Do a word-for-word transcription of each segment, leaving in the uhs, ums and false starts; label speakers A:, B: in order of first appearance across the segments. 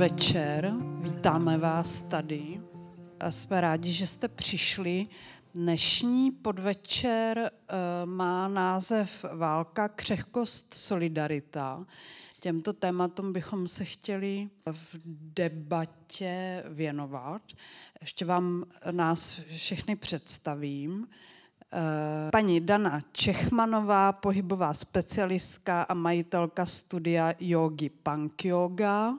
A: podvečer, vítáme vás tady a jsme rádi, že jste přišli. Dnešní podvečer uh, má název Válka, křehkost, solidarita. Těmto tématům bychom se chtěli v debatě věnovat. Ještě vám nás všechny představím. Paní Dana Čechmanová, pohybová specialistka a majitelka studia jógy Punk Yoga.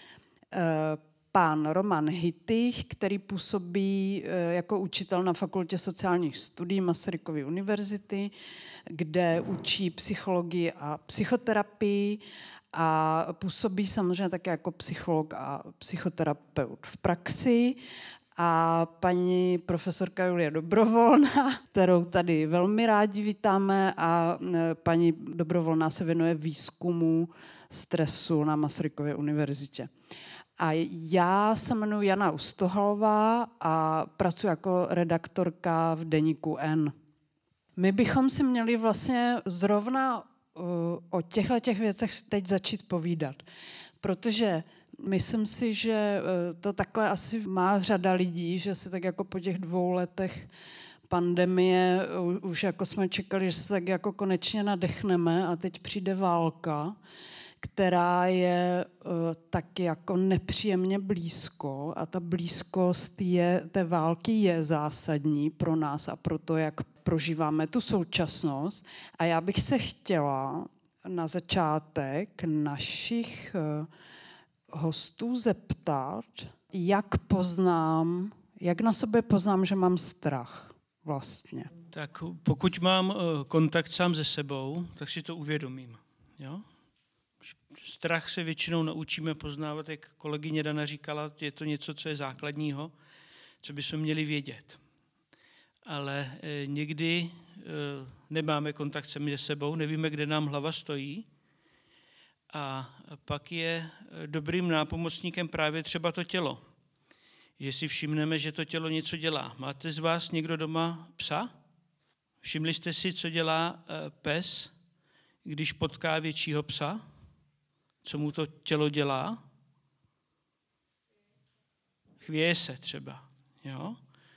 A: Pán Roman Hytych, který působí jako učitel na Fakultě sociálních studií Masarykovy univerzity, kde učí psychologii a psychoterapii a působí samozřejmě také jako psycholog a psychoterapeut v praxi. A paní profesorka Julie Dobrovolná, kterou tady velmi rádi vítáme, a paní Dobrovolná se věnuje výzkumu stresu na Masarykově univerzitě. A já se jmenuji Jana Ustohalová a pracuji jako redaktorka v deníku N. My bychom si měli vlastně zrovna uh, o těchto těch věcech teď začít povídat, protože myslím si, že to takhle asi má řada lidí, že se tak jako po těch dvou letech pandemie už jako jsme čekali, že se tak jako konečně nadechneme a teď přijde válka, která je taky jako nepříjemně blízko a ta blízkost je, té války je zásadní pro nás a pro to, jak prožíváme tu současnost. A já bych se chtěla na začátek našich hostů zeptat, jak poznám, jak na sobě poznám, že mám strach vlastně.
B: Tak pokud mám kontakt sám se sebou, tak si to uvědomím. Jo? Strach se většinou naučíme poznávat, jak kolegyně Dana říkala, je to něco, co je základního, co bychom měli vědět. Ale někdy nemáme kontakt sami se sebou, nevíme, kde nám hlava stojí. A pak je dobrým nápomocníkem právě třeba to tělo. Že si všimneme, že to tělo něco dělá. Máte z vás někdo doma psa? Všimli jste si, co dělá pes, když potká většího psa? Co mu to tělo dělá? Chvěje se třeba. Jo?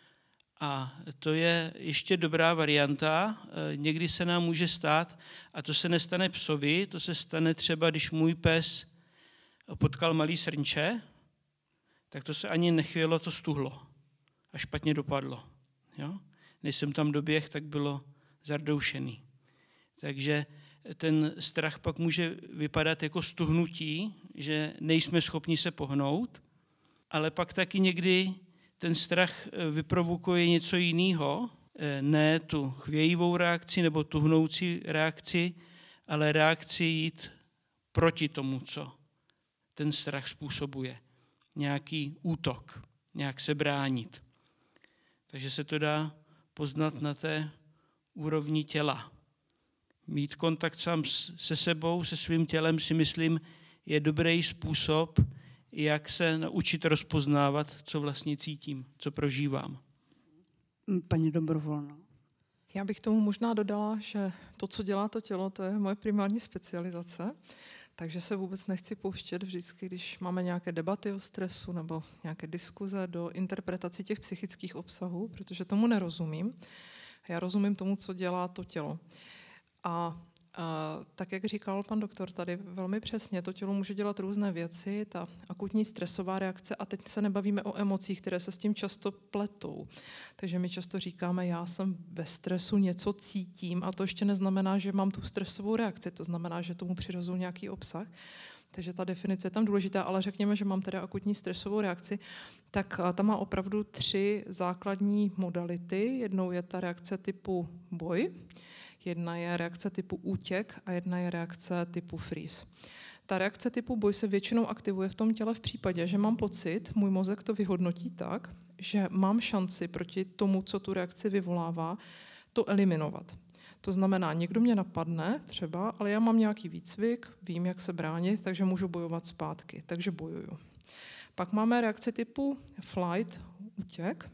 B: A to je ještě dobrá varianta. Někdy se nám může stát, a to se nestane psovi, to se stane třeba, když můj pes potkal malý srnče, tak to se ani nechvělo, to stuhlo a špatně dopadlo. Jo? Než jsem tam doběh, tak bylo zardoušený. Takže ten strach pak může vypadat jako stuhnutí, že nejsme schopni se pohnout, ale pak taky někdy ten strach vyprovokuje něco jiného, ne tu chvějivou reakci nebo tuhnoucí reakci, ale reakci jít proti tomu, co ten strach způsobuje. Nějaký útok, nějak se bránit. Takže se to dá poznat na té úrovni těla. Mít kontakt sám se sebou, se svým tělem, si myslím, je dobrý způsob, jak se naučit rozpoznávat, co vlastně cítím, co prožívám.
A: Paní Dobrovolná.
C: Já bych tomu možná dodala, že to, co dělá to tělo, to je moje primární specializace, takže se vůbec nechci pouštět vždycky, když máme nějaké debaty o stresu nebo nějaké diskuze do interpretací těch psychických obsahů, protože tomu nerozumím. Já rozumím tomu, co dělá to tělo. A A tak, jak říkal pan doktor tady velmi přesně, to tělo může dělat různé věci, ta akutní stresová reakce, a teď se nebavíme o emocích, které se s tím často pletou. Takže my často říkáme, já jsem ve stresu, něco cítím, a to ještě neznamená, že mám tu stresovou reakci, to znamená, že tomu přirozumějí nějaký obsah. Takže ta definice je tam důležitá, ale řekněme, že mám teda akutní stresovou reakci, tak ta má opravdu tři základní modality. Jednou je ta reakce typu boj, jedna je reakce typu útěk a jedna je reakce typu freeze. Ta reakce typu boj se většinou aktivuje v tom těle v případě, že mám pocit, můj mozek to vyhodnotí tak, že mám šanci proti tomu, co tu reakci vyvolává, to eliminovat. To znamená, někdo mě napadne třeba, ale já mám nějaký výcvik, vím, jak se bránit, takže můžu bojovat zpátky, takže bojuju. Pak máme reakci typu flight, útěk,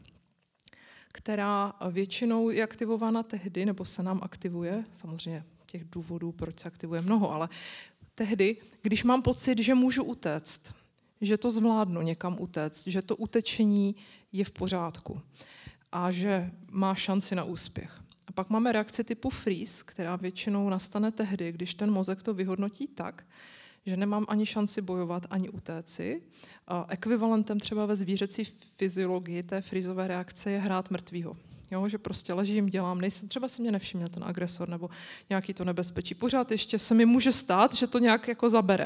C: která většinou je aktivována tehdy, nebo se nám aktivuje, samozřejmě těch důvodů, proč se aktivuje mnoho, ale tehdy, když mám pocit, že můžu utéct, že to zvládnu někam utéct, že to utečení je v pořádku a že má šanci na úspěch. A pak máme reakci typu freeze, která většinou nastane tehdy, když ten mozek to vyhodnotí tak, že nemám ani šanci bojovat, ani utéci. A ekvivalentem třeba ve zvířecí fyziologii té frizové reakce je hrát mrtvýho. Jo, že prostě ležím, dělám, nejsem, třeba si mě nevšimne ten agresor nebo nějaký to nebezpečí. Pořád ještě se mi může stát, že to nějak jako zabere.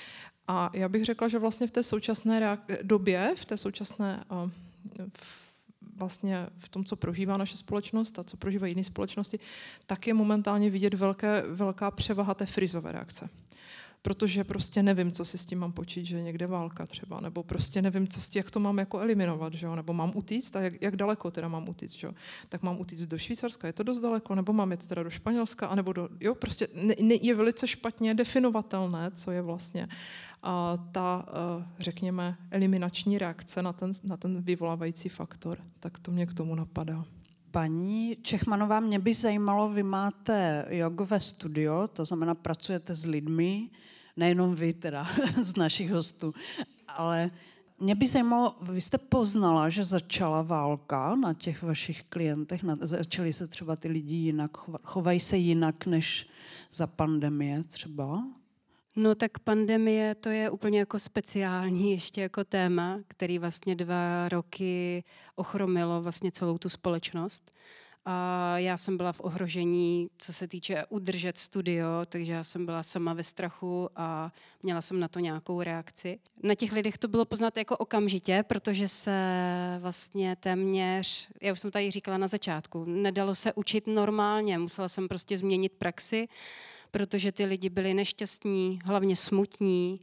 C: A já bych řekla, že vlastně v té současné reak- době, v té současné uh, v, vlastně v tom, co prožívá naše společnost a co prožívají jiné společnosti, tak je momentálně vidět velké, velká převaha té frizové reakce. Protože prostě nevím, co si s tím mám počít, že je někde válka třeba, nebo prostě nevím, co s tím, jak to mám jako eliminovat, že jo? Nebo mám utíct, a jak, jak daleko teda mám utíct, že jo? Tak mám utíct do Švýcarska, je to dost daleko, nebo mám jít teda do Španělska, anebo do, jo, prostě ne, ne, je velice špatně definovatelné, co je vlastně a ta, řekněme, eliminační reakce na ten, na ten vyvolávající faktor. Tak to mě k tomu napadá.
A: Paní Čechmanová, mě by zajímalo, vy máte jogové studio, to znamená, pracujete s lidmi, nejenom vy teda, z našich hostů, ale mě by zajímalo, vy jste poznala, že začala válka na těch vašich klientech, na, začali se třeba ty lidi jinak, chovají se jinak než za pandemie třeba?
D: No tak pandemie, to je úplně jako speciální ještě jako téma, který vlastně dva roky ochromilo vlastně celou tu společnost. A já jsem byla v ohrožení, co se týče udržet studio, takže já jsem byla sama ve strachu a měla jsem na to nějakou reakci. Na těch lidech to bylo poznat jako okamžitě, protože se vlastně téměř, já už jsem tady říkala na začátku, nedalo se učit normálně, musela jsem prostě změnit praxi, protože ty lidi byli nešťastní, hlavně smutní,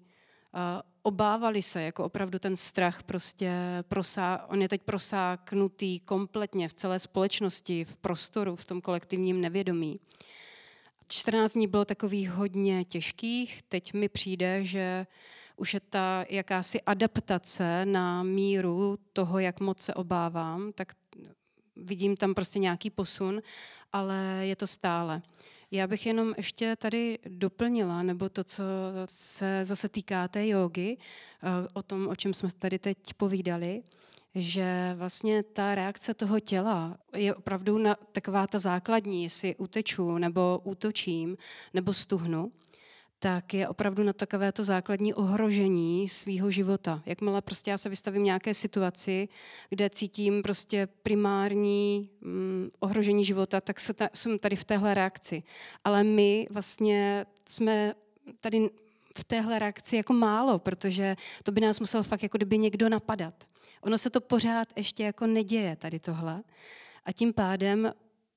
D: obávali se, jako opravdu ten strach prostě, prosá, on je teď prosáknutý kompletně v celé společnosti, v prostoru, v tom kolektivním nevědomí. čtrnáct dní bylo takových hodně těžkých, teď mi přijde, že už je ta jakási adaptace na míru toho, jak moc se obávám, tak vidím tam prostě nějaký posun, ale je to stále. Já bych jenom ještě tady doplnila, nebo to, co se zase týká té jógy, o tom, o čem jsme tady teď povídali, že vlastně ta reakce toho těla je opravdu na, taková ta základní, jestli uteču, nebo útočím, nebo stuhnu, tak je opravdu na takové to základní ohrožení svýho života. Jakmile prostě já se vystavím nějaké situaci, kde cítím prostě primární mm, ohrožení života, tak se ta, jsem tady v téhle reakci. Ale my vlastně jsme tady v téhle reakci jako málo, protože to by nás musel fakt jako kdyby někdo napadat. Ono se to pořád ještě jako neděje tady tohle. A tím pádem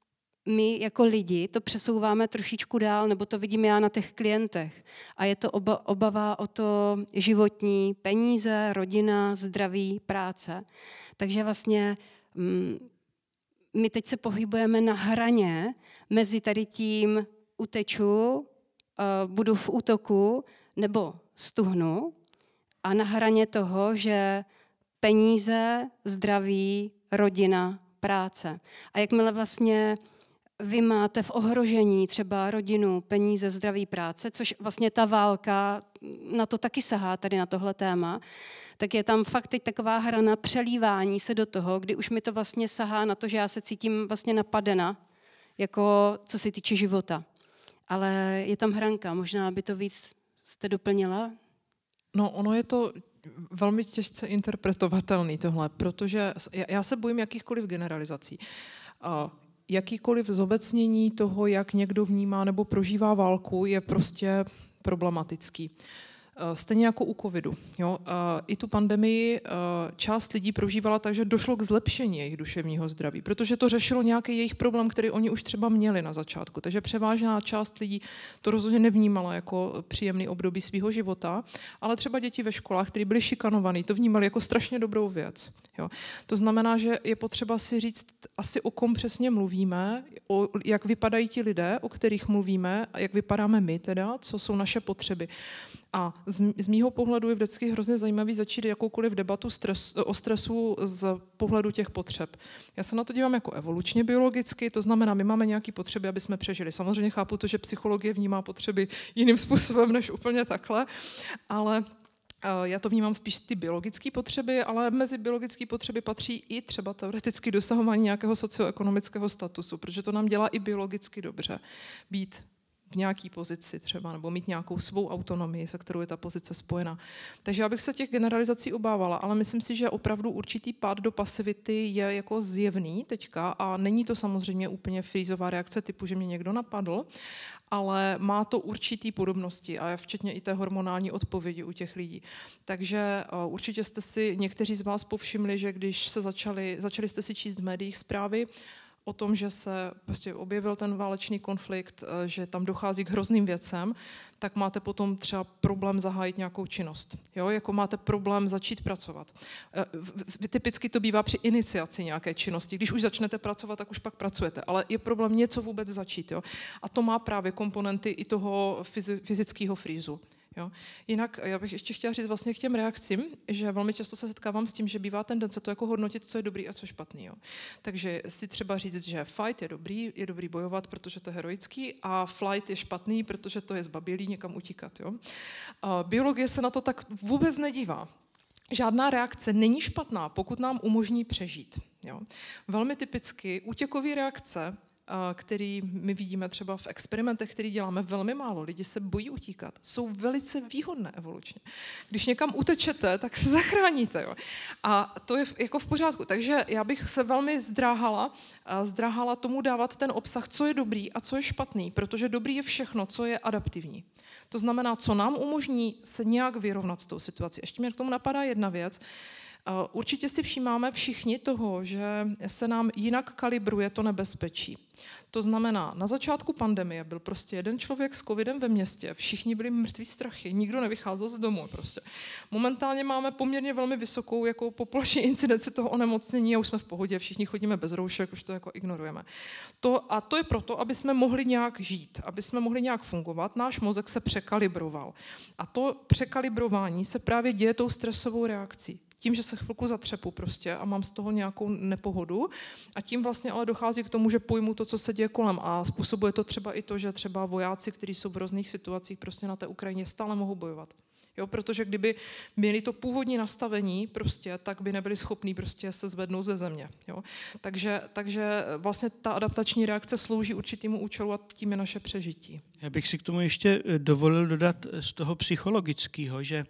D: my jako lidi to přesouváme trošičku dál, nebo to vidím já na těch klientech. A je to oba, obava o to životní, peníze, rodina, zdraví, práce. Takže vlastně mm, my teď se pohybujeme na hraně mezi tady tím uteču, uh, budu v útoku nebo stuhnu a na hraně toho, že peníze, zdraví, rodina, práce. A jakmile vlastně vy máte v ohrožení třeba rodinu, peníze, zdraví, práce, což vlastně ta válka na to taky sahá tady na tohle téma, tak je tam fakt teď taková hra na přelívání se do toho, kdy už mi to vlastně sahá na to, že já se cítím vlastně napadena, jako co se týče života. Ale je tam hranka, možná by to víc jste doplnila?
C: No, ono je to velmi těžce interpretovatelný tohle, protože já se bojím jakýchkoliv generalizací. Jakýkoliv zobecnění toho, jak někdo vnímá nebo prožívá válku, je prostě problematický. Stejně jako u covidu. Jo? I tu pandemii část lidí prožívala tak, že došlo k zlepšení jejich duševního zdraví, protože to řešilo nějaký jejich problém, který oni už třeba měli na začátku. Takže převážná část lidí to rozhodně nevnímala jako příjemný období svého života, ale třeba děti ve školách, kteří byli šikanovaní, to vnímali jako strašně dobrou věc. Jo? To znamená, že je potřeba si říct asi o kom přesně mluvíme, o, jak vypadají ti lidé, o kterých mluvíme, a jak vypadáme my teda, co jsou naše potřeby. A z, z mýho pohledu je vždycky hrozně zajímavý začít jakoukoliv debatu stres, o stresu z pohledu těch potřeb. Já se na to dívám jako evolučně biologicky, to znamená, my máme nějaké potřeby, aby jsme přežili. Samozřejmě chápu to, že psychologie vnímá potřeby jiným způsobem než úplně takhle, ale Já to vnímám spíš ty biologické potřeby, ale mezi biologické potřeby patří i třeba teoreticky dosahování nějakého socioekonomického statusu, protože to nám dělá i biologicky dobře být v nějaké pozici třeba, nebo mít nějakou svou autonomii, se kterou je ta pozice spojena. Takže já bych se těch generalizací obávala, ale myslím si, že opravdu určitý pád do pasivity je jako zjevný teďka a není to samozřejmě úplně frízová reakce typu, že mě někdo napadl, ale má to určitý podobnosti a včetně i té hormonální odpovědi u těch lidí. Takže uh, určitě jste si někteří z vás povšimli, že když se začali, začali jste si číst v médiích zprávy o tom, že se prostě objevil ten válečný konflikt, že tam dochází k hrozným věcem, tak máte potom třeba problém zahájit nějakou činnost. Jo? Jako máte problém začít pracovat. Typicky to bývá při iniciaci nějaké činnosti. Když už začnete pracovat, tak už pak pracujete. Ale je problém něco vůbec začít. Jo? A to má právě komponenty i toho fyzického frízu. Jo. Jinak já bych ještě chtěla říct vlastně k těm reakcím, že velmi často se setkávám s tím, že bývá tendence to jako hodnotit, co je dobrý a co je špatný. Jo. Takže si třeba říct, že fight je dobrý, je dobrý bojovat, protože to je heroický, a flight je špatný, protože to je zbabělý někam utíkat. Jo. A biologie se na to tak vůbec nedívá. Žádná reakce není špatná, pokud nám umožní přežít. Jo. Velmi typicky útěkové reakce, který my vidíme třeba v experimentech, který děláme velmi málo, lidi se bojí utíkat, jsou velice výhodné evolučně. Když někam utečete, tak se zachráníte. Jo. A to je jako v pořádku. Takže já bych se velmi zdráhala, zdráhala tomu dávat ten obsah, co je dobrý a co je špatný, protože dobrý je všechno, co je adaptivní. To znamená, co nám umožní se nějak vyrovnat s tou situací. Ještě mě k tomu napadá jedna věc. Určitě si všímáme všichni toho, že se nám jinak kalibruje to nebezpečí. To znamená, na začátku pandemie byl prostě jeden člověk s covidem ve městě, všichni byli mrtví strachy, nikdo nevycházel z domu. Prostě. Momentálně máme poměrně velmi vysokou jako populační incidenci toho onemocnění a už jsme v pohodě, všichni chodíme bez roušek, už to jako ignorujeme. To, a to je proto, aby jsme mohli nějak žít, aby jsme mohli nějak fungovat, náš mozek se překalibroval. A to překalibrování se právě děje tou stresovou reakcí. Tím, že se chvilku zatřepu prostě a mám z toho nějakou nepohodu a tím vlastně ale dochází k tomu, že pojmu to, co se děje kolem a způsobuje to třeba i to, že třeba vojáci, kteří jsou v různých situacích prostě na té Ukrajině, stále mohou bojovat. Jo, protože kdyby měli to původní nastavení, prostě, tak by nebyli schopní prostě se zvednout ze země. Jo. Takže, takže vlastně ta adaptační reakce slouží určitému účelu a tím je naše přežití.
B: Já bych si k tomu ještě dovolil dodat z toho psychologického, že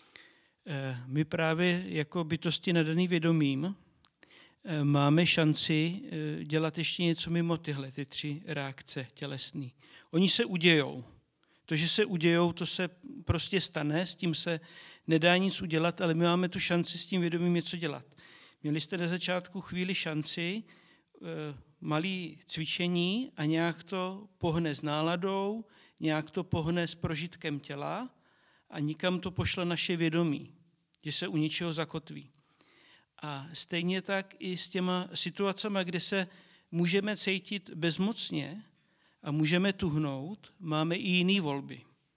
B: my právě jako bytosti nadaný vědomím máme šanci dělat ještě něco mimo tyhle ty tři reakce tělesné. Oni se udějou. To, že se udějou, to se prostě stane, s tím se nedá nic udělat, ale my máme tu šanci s tím vědomím něco dělat. Měli jste na začátku chvíli šanci, malé cvičení a nějak to pohne s náladou, nějak to pohne s prožitkem těla, a nikam to pošle naše vědomí, že se u něčeho zakotví. A stejně tak i s těma situacemi, kde se můžeme cítit bezmocně a můžeme tuhnout, máme i jiné volby.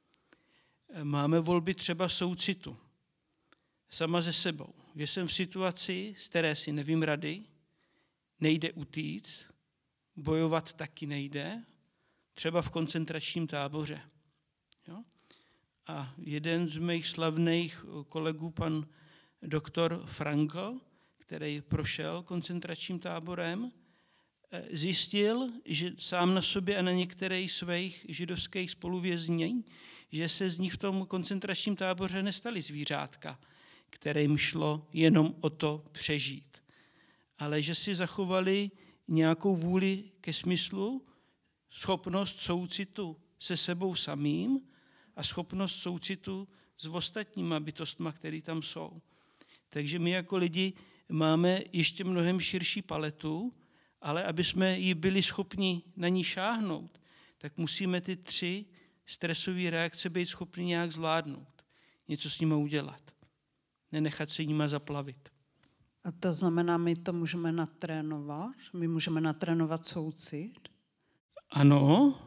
B: Máme volby třeba soucitu. Sama ze sebou. Že jsem v situaci, z které si nevím rady, nejde utíct, bojovat taky nejde, třeba v koncentračním táboře. Jo? A jeden z mých slavných kolegů, pan doktor Frankl, který prošel koncentračním táborem, zjistil, že sám na sobě a na některých svých židovských spoluvězní, že se z nich v tom koncentračním táboře nestali zvířátka, kterým šlo jenom o to přežít, ale že si zachovali nějakou vůli ke smyslu, schopnost soucitu se sebou samým a schopnost soucitu s ostatníma bytostma, které tam jsou. Takže my jako lidi máme ještě mnohem širší paletu, ale aby jsme ji byli schopni na ní šáhnout, tak musíme ty tři stresové reakce být schopni nějak zvládnout. Něco s nimi udělat. Nenechat se nima zaplavit.
A: A to znamená, my to můžeme natrénovat? My můžeme natrénovat soucit?
B: Ano.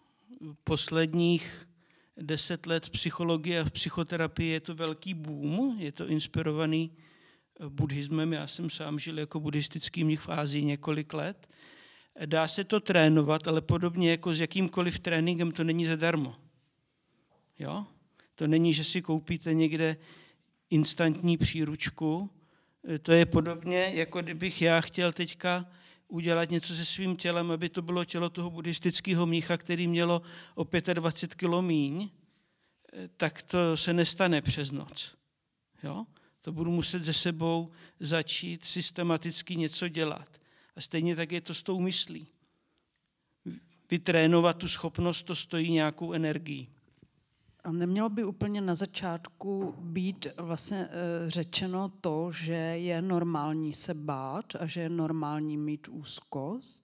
B: Posledních deset let psychologie a v psychoterapii je to velký boom. Je to inspirovaný buddhismem. Já jsem sám žil jako buddhistický mnich v Ázii několik let. Dá se to trénovat, ale podobně jako s jakýmkoliv tréninkem to není zadarmo. Jo? To není, že si koupíte někde instantní příručku. To je podobně, jako kdybych já chtěl teďka udělat něco se svým tělem, aby to bylo tělo toho buddhistického mnicha, který mělo o dvacet pět kilo míň, tak to se nestane přes noc. Jo? To budu muset se sebou začít systematicky něco dělat. A stejně tak je to s tou myslí. Vytrénovat tu schopnost, to stojí nějakou energii.
A: A nemělo by úplně na začátku být vlastně řečeno to, že je normální se bát a že je normální mít úzkost?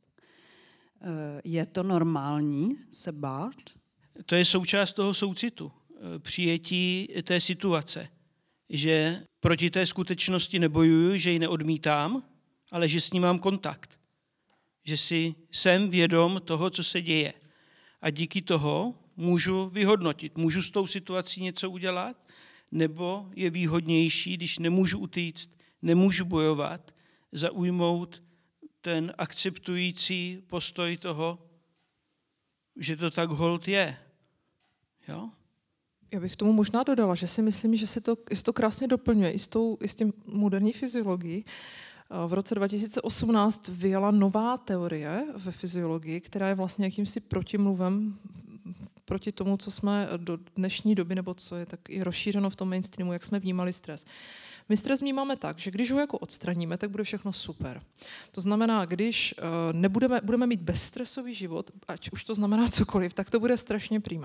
A: Je to normální se bát?
B: To je součást toho soucitu, přijetí té situace, že proti té skutečnosti nebojuju, že ji neodmítám, ale že s ní mám kontakt. Že si jsem vědom toho, co se děje. A díky toho můžu vyhodnotit, můžu s tou situací něco udělat, nebo je výhodnější, když nemůžu utíct, nemůžu bojovat, zaujmout ten akceptující postoj toho, že to tak holt je. Jo?
C: Já bych tomu možná dodala, že si myslím, že se to, že to krásně doplňuje i s, tou, i s tím moderní fyziologií. V roce dva tisíce osmnáct vyjela nová teorie ve fyziologii, která je vlastně jakýmsi protimluvem proti tomu, co jsme do dnešní doby, nebo co je tak i rozšířeno v tom mainstreamu, jak jsme vnímali stres. My stres vnímáme tak, že když ho jako odstraníme, tak bude všechno super. To znamená, když nebudeme, budeme mít bezstresový život, ať už to znamená cokoliv, tak to bude strašně prima.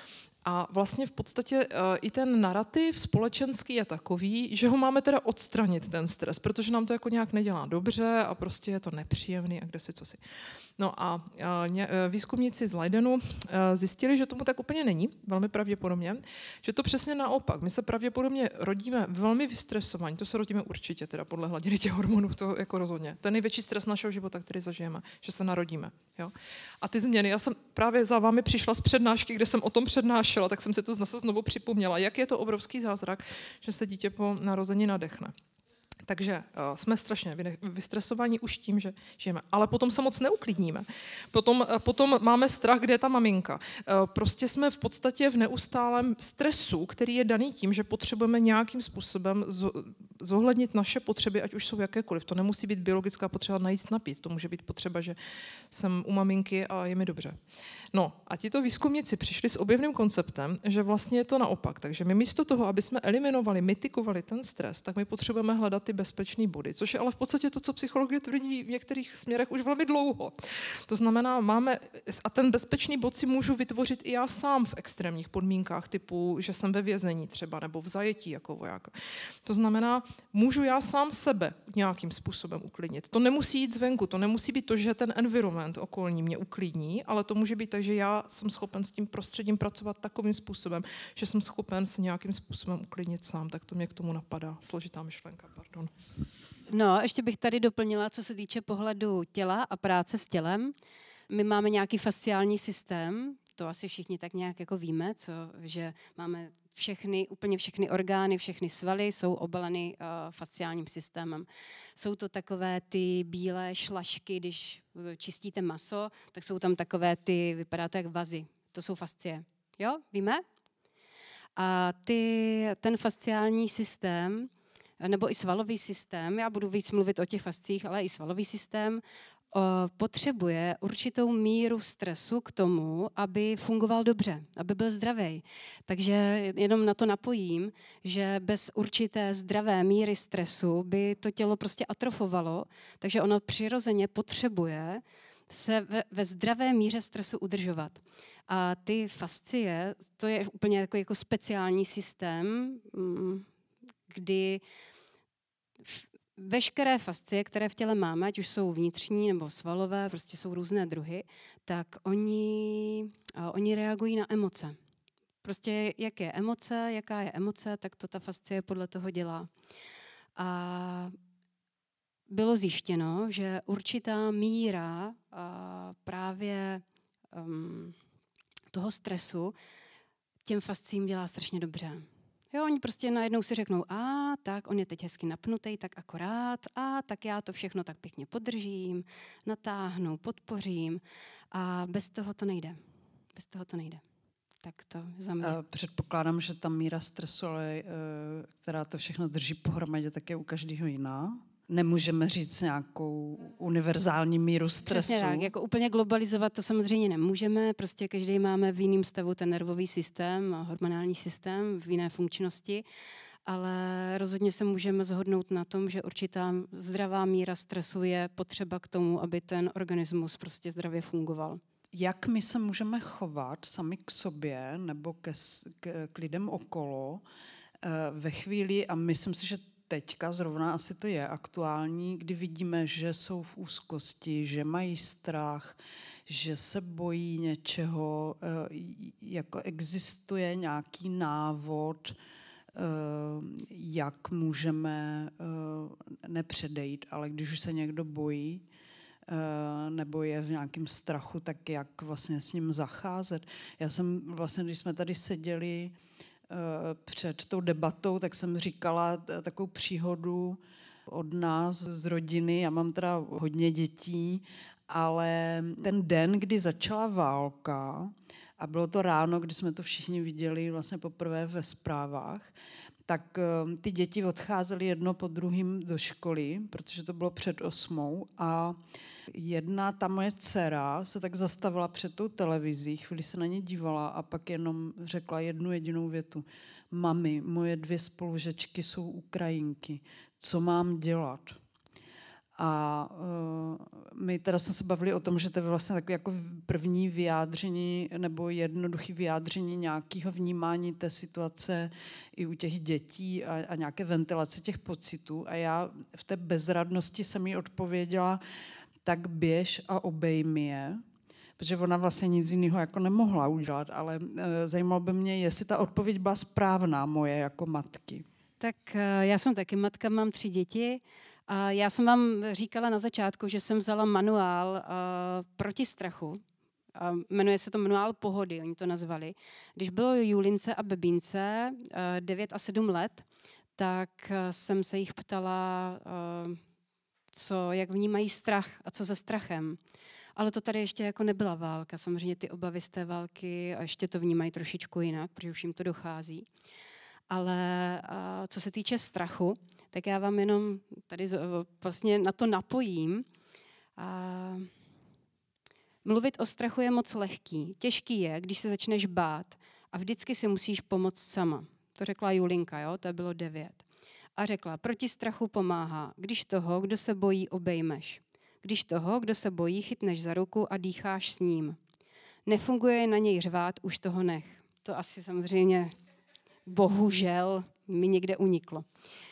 C: A vlastně v podstatě uh, i ten narrativ společenský je takový, že ho máme teda odstranit, ten stres, protože nám to jako nějak nedělá dobře a prostě je to nepříjemný a kde si co si. No a uh, ně, uh, výzkumníci z Leidenu uh, zjistili, že tomu tak úplně není, velmi pravděpodobně, že to přesně naopak. My se pravděpodobně rodíme velmi vystresovaní, to se rodíme určitě teda podle hladiny těch hormonů, to jako rozhodně. To je největší stres našeho života, který zažijeme, že se narodíme. Jo? A ty změny, já jsem právě za vámi přišla z přednášky, kde jsem o tom přednášela, tak jsem si to zase znovu připomněla, jak je to obrovský zázrak, že se dítě po narození nadechne. Takže uh, jsme strašně vystresovaní už tím, že žijeme. Ale potom se moc neuklidníme. Potom, uh, potom máme strach, kde je ta maminka. Uh, prostě jsme v podstatě v neustálém stresu, který je daný tím, že potřebujeme nějakým způsobem zohlednit naše potřeby, ať už jsou jakékoliv. To nemusí být biologická potřeba najíst, napít. To může být potřeba, že jsem u maminky a je mi dobře. No a tito výzkumníci přišli s objevným konceptem, že vlastně je to naopak. Takže my místo toho, aby jsme eliminovali, mitikovali ten stres, tak my potřebujeme hledat ty bezpečný body, což je ale v podstatě to, co psychologie tvrdí v některých směrech už velmi dlouho. To znamená, máme, a ten bezpečný bod si můžu vytvořit i já sám v extrémních podmínkách, typu, že jsem ve vězení třeba, nebo v zajetí jako voják. To znamená, můžu já sám sebe nějakým způsobem uklidnit. To nemusí jít zvenku, to nemusí být to, že ten environment okolní mě uklidní, ale to může být tak, že já jsem schopen s tím prostředím pracovat takovým způsobem, že jsem schopen se nějakým způsobem uklidnit sám. Tak to mě k tomu napadá. Složitá myšlenka, pardon.
D: No, ještě bych tady doplnila, co se týče pohledu těla a práce s tělem. My máme nějaký fasciální systém, to asi všichni tak nějak jako víme, co, že máme všechny, úplně všechny orgány, všechny svaly jsou obaleny uh, fasciálním systémem. Jsou to takové ty bílé šlašky, když čistíte maso, tak jsou tam takové ty, vypadá to jak vazy. To jsou fascie. Jo, víme? A ty, ten fasciální systém, nebo i svalový systém, já budu víc mluvit o těch fascích, ale i svalový systém, o, potřebuje určitou míru stresu k tomu, aby fungoval dobře, aby byl zdravý. Takže jenom na to napojím, že bez určité zdravé míry stresu by to tělo prostě atrofovalo, takže ono přirozeně potřebuje se ve, ve zdravé míře stresu udržovat. A ty fascie, to je úplně jako, jako speciální systém, kdy veškeré fascie, které v těle máme, ať už jsou vnitřní nebo svalové, prostě jsou různé druhy, tak oni, oni reagují na emoce. Prostě jak je emoce, jaká je emoce, tak to ta fascie podle toho dělá. A bylo zjištěno, že určitá míra právě um, toho stresu těm fasciím dělá strašně dobře. Jo, oni prostě najednou si řeknou, a tak, on je teď hezky napnutý, tak akorát, a tak já to všechno tak pěkně podržím, natáhnu, podpořím a bez toho to nejde. Bez toho to nejde. Tak to za mě.
A: Předpokládám, že ta míra stresu, ale, která to všechno drží pohromadě, tak je u každého jiná. Nemůžeme říct nějakou univerzální míru stresu.
D: Přesně tak, jako úplně globalizovat to samozřejmě nemůžeme, prostě každý máme v jiném stavu ten nervový systém, hormonální systém v jiné funkčnosti, ale rozhodně se můžeme shodnout na tom, že určitá zdravá míra stresu je potřeba k tomu, aby ten organismus prostě zdravě fungoval.
A: Jak my se můžeme chovat sami k sobě nebo ke, k, k lidem okolo ve chvíli, a myslím si, že teďka zrovna asi to je aktuální, kdy vidíme, že jsou v úzkosti, že mají strach, že se bojí něčeho, jako existuje nějaký návod, jak můžeme nepředejít, ale když už se někdo bojí nebo je v nějakém strachu, tak jak vlastně s ním zacházet. Já jsem vlastně, když jsme tady seděli před tou debatou, tak jsem říkala takovou příhodu od nás z rodiny. Já mám teda hodně dětí, ale ten den, kdy začala válka, a bylo to ráno, kdy jsme to všichni viděli vlastně poprvé ve zprávách, tak ty děti odcházely jedno po druhém do školy, protože to bylo před osmou, a jedna, ta moje dcera, se tak zastavila před tou televizí, chvíli se na ně dívala a pak jenom řekla jednu jedinou větu. Mami, moje dvě spolužečky jsou Ukrajinky, co mám dělat? A uh, my teda jsme se bavili o tom, že to je vlastně takové jako první vyjádření nebo jednoduché vyjádření nějakého vnímání té situace i u těch dětí a, a nějaké ventilace těch pocitů. A já v té bezradnosti jsem jí odpověděla, tak běž a obejmi je, protože ona vlastně nic jiného jako nemohla udělat, ale uh, zajímalo by mě, jestli ta odpověď byla správná moje jako matky.
D: Tak uh, já jsem taky matka, mám tři děti. A já jsem vám říkala na začátku, že jsem vzala manuál uh, proti strachu. Uh, jmenuje se to manuál pohody, oni to nazvali. Když bylo Julince a Bebínce uh, devět a sedm let, tak uh, jsem se jich ptala, uh, co, jak vnímají strach a co se strachem. Ale to tady ještě jako nebyla válka. Samozřejmě ty obavy z té války a ještě to vnímají trošičku jinak, protože už jim to dochází. Ale uh, co se týče strachu, tak já vám jenom tady vlastně na to napojím. Uh, mluvit o strachu je moc lehký. Těžký je, když se začneš bát a vždycky si musíš pomoct sama. To řekla Julinka, jo? To bylo devět. A řekla, proti strachu pomáhá, když toho, kdo se bojí, obejmeš. Když toho, kdo se bojí, chytneš za ruku a dýcháš s ním. Nefunguje na něj řvát, už toho nech. To asi samozřejmě bohužel mi někde uniklo.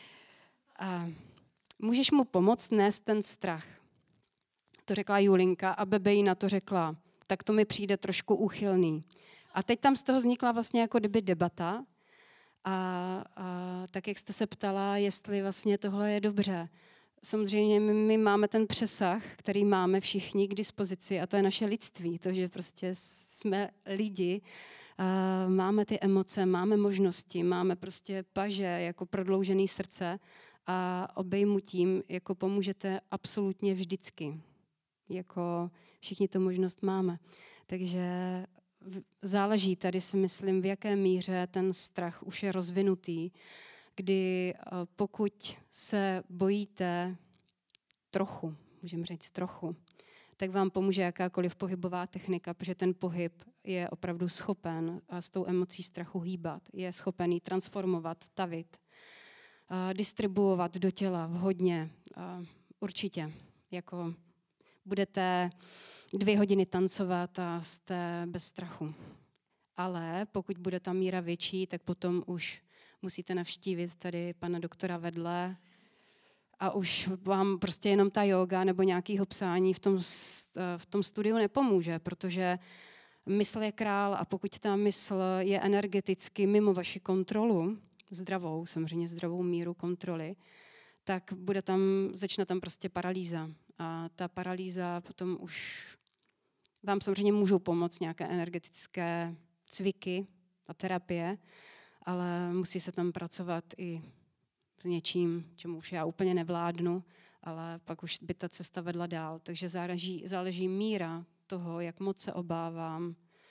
D: A můžeš mu pomoct nést ten strach. To řekla Julinka a Bebe jí na to řekla, tak to mi přijde trošku úchylný. A teď tam z toho vznikla vlastně jako kdyby debata. A, a tak, jak jste se ptala, jestli vlastně tohle je dobře. Samozřejmě my, my máme ten přesah, který máme všichni k dispozici, a to je naše lidství. To, že prostě jsme lidi, Uh, máme ty emoce, máme možnosti, máme prostě paže jako prodloužený srdce a obejmutím jako pomůžete absolutně vždycky. Jako všichni tu možnost máme. Takže záleží tady, si myslím, v jaké míře ten strach už je rozvinutý, kdy uh, pokud se bojíte trochu, můžeme říct trochu, tak vám pomůže jakákoliv pohybová technika, protože ten pohyb je opravdu schopen s tou emocí strachu hýbat, je schopen ji transformovat, tavit, distribuovat do těla vhodně, určitě. Jako budete dvě hodiny tancovat a jste bez strachu. Ale pokud bude ta míra větší, tak potom už musíte navštívit tady pana doktora vedle, a už vám prostě jenom ta jóga nebo nějakého psání v tom, v tom studiu nepomůže, protože mysl je král a pokud ta mysl je energeticky mimo vaši kontrolu, zdravou, samozřejmě zdravou míru kontroly, tak bude tam, začne tam prostě paralýza. A ta paralýza potom už vám samozřejmě můžou pomoct nějaké energetické cviky a terapie, ale musí se tam pracovat i něčím, čemu už já úplně nevládnu, ale pak už by ta cesta vedla dál. Takže záleží, záleží míra toho, jak moc se obávám,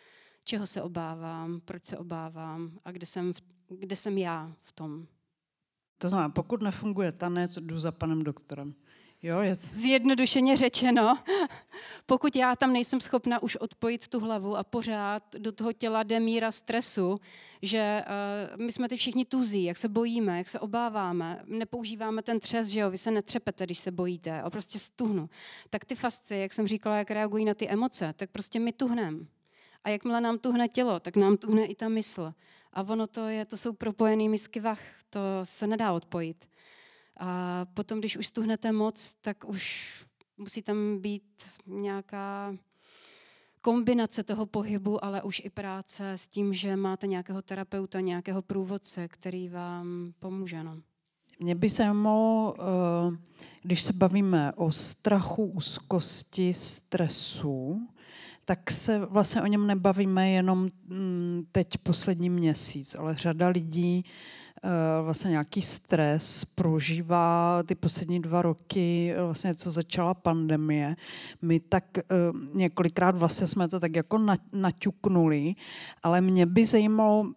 D: čeho se obávám, proč se obávám a kde jsem, v, kde jsem já v tom.
A: To znamená, pokud nefunguje tanec, jdu za panem doktorem. Jo, je to...
D: Zjednodušeně řečeno, pokud já tam nejsem schopna už odpojit tu hlavu a pořád do toho těla jde míra stresu, že uh, my jsme ty všichni tuzí, jak se bojíme, jak se obáváme, nepoužíváme ten třes, že jo, vy se netřepete, když se bojíte a prostě stuhnu. Tak ty fascie, jak jsem říkala, jak reagují na ty emoce, tak prostě my tuhnem. A jakmile nám tuhne tělo, tak nám tuhne i ta mysl. A ono to je, to jsou propojený misky vah, to se nedá odpojit. A potom, když už stuhnete moc, tak už musí tam být nějaká kombinace toho pohybu, ale už i práce s tím, že máte nějakého terapeuta, nějakého průvodce, který vám pomůže. No.
A: Mě by zajímalo, když se bavíme o strachu, úzkosti, stresu, tak se vlastně o něm nebavíme jenom teď poslední měsíc, ale řada lidí vlastně nějaký stres prožívá ty poslední dva roky, vlastně co začala pandemie. My tak několikrát vlastně jsme to tak jako naťuknuli, ale mě by zajímalo,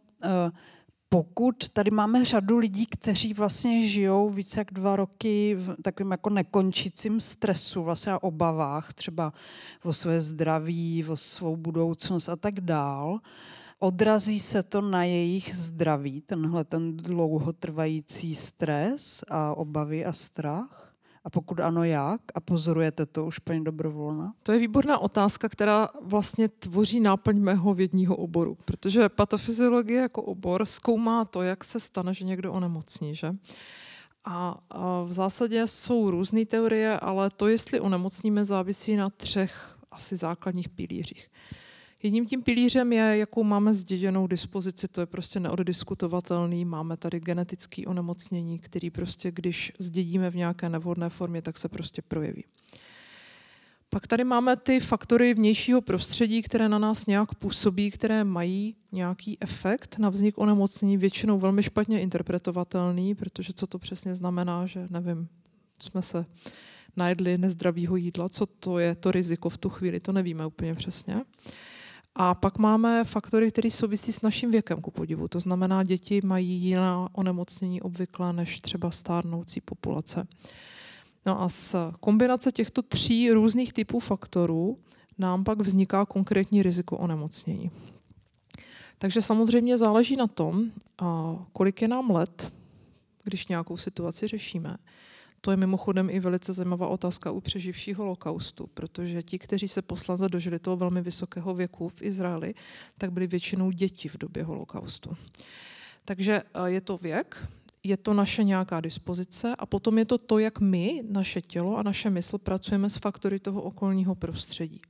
A: pokud tady máme řadu lidí, kteří vlastně žijou více jak dva roky v takovém jako nekončícím stresu, vlastně a obavách, třeba o své zdraví, o svou budoucnost a tak dál, odrazí se to na jejich zdraví, tenhle ten dlouhotrvající stres a obavy a strach? A pokud ano, jak? A pozorujete to už, paní Dobrovolná?
C: To je výborná otázka, která vlastně tvoří náplň mého vědního oboru, protože patofyziologie jako obor zkoumá to, jak se stane, že někdo onemocní, že? A, a v zásadě jsou různé teorie, ale to, jestli onemocníme, závisí na třech asi základních pilířích. Jedním tím pilířem je, jakou máme zděděnou dispozici, to je prostě neoddiskutovatelný. Máme tady genetické onemocnění, který prostě, když zdědíme v nějaké nevhodné formě, tak se prostě projeví. Pak tady máme ty faktory vnějšího prostředí, které na nás nějak působí, které mají nějaký efekt na vznik onemocnění, většinou velmi špatně interpretovatelný, protože co to přesně znamená, že nevím, jsme se najedli nezdravýho jídla, co to je to riziko v tu chvíli, to nevíme úplně přesně. A pak máme faktory, které souvisí s naším věkem, ku podivu. To znamená, děti mají jiná onemocnění obvykle než třeba stárnoucí populace. No a z kombinace těchto tří různých typů faktorů nám pak vzniká konkrétní riziko onemocnění. Takže samozřejmě záleží na tom, kolik je nám let, když nějakou situaci řešíme. To je mimochodem i velice zajímavá otázka u přeživších holokaustu, protože ti, kteří se posléze dožili toho velmi vysokého věku v Izraeli, tak byli většinou děti v době holokaustu. Takže je to věk, je to naše nějaká dispozice a potom je to to, jak my, naše tělo a naše mysl pracujeme s faktory toho okolního prostředí.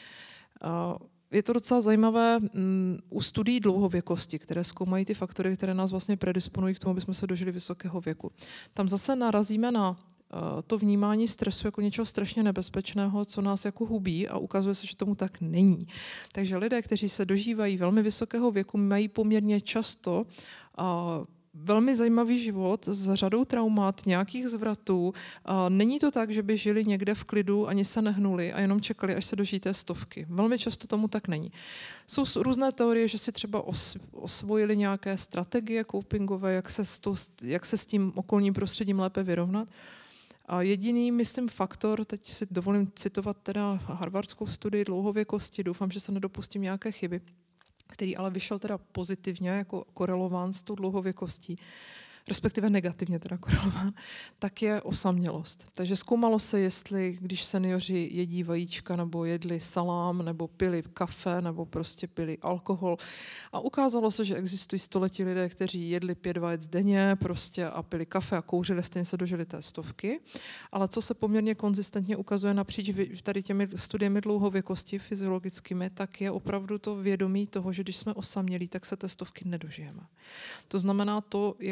C: Je to docela zajímavé u studií dlouhověkosti, které zkoumají ty faktory, které nás vlastně predisponují k tomu, aby jsme se dožili vysokého věku. Tam zase narazíme na to vnímání stresu jako něčeho strašně nebezpečného, co nás jako hubí a ukazuje se, že tomu tak není. Takže lidé, kteří se dožívají velmi vysokého věku, mají poměrně často velmi zajímavý život s řadou traumat, nějakých zvratů. Není to tak, že by žili někde v klidu, ani se nehnuli a jenom čekali, až se dožijí té stovky. Velmi často tomu tak není. Jsou různé teorie, že si třeba osvojili nějaké strategie copingové, jak se s, to, jak se s tím okolním prostředím lépe vyrovnat. A jediný, myslím, faktor, teď si dovolím citovat teda harvardskou studii dlouhověkosti, doufám, že se nedopustím nějaké chyby, který ale vyšel teda pozitivně, jako korelován s tou dlouhověkostí, respektive negativně teda korelován, tak je osamělost. Takže zkoumalo se, jestli když seniori jedí vajíčka, nebo jedli salám, nebo pili kafe, nebo prostě pili alkohol. A ukázalo se, že existují století lidé, kteří jedli pět vajec denně prostě a pili kafe a kouřili, stejně se dožili té stovky. Ale co se poměrně konzistentně ukazuje napříč tady těmi studiemi dlouhověkosti fyziologickými, tak je opravdu to vědomí toho, že když jsme osamělí, tak se té stovky nedožijeme. To znamená to, jako kde mám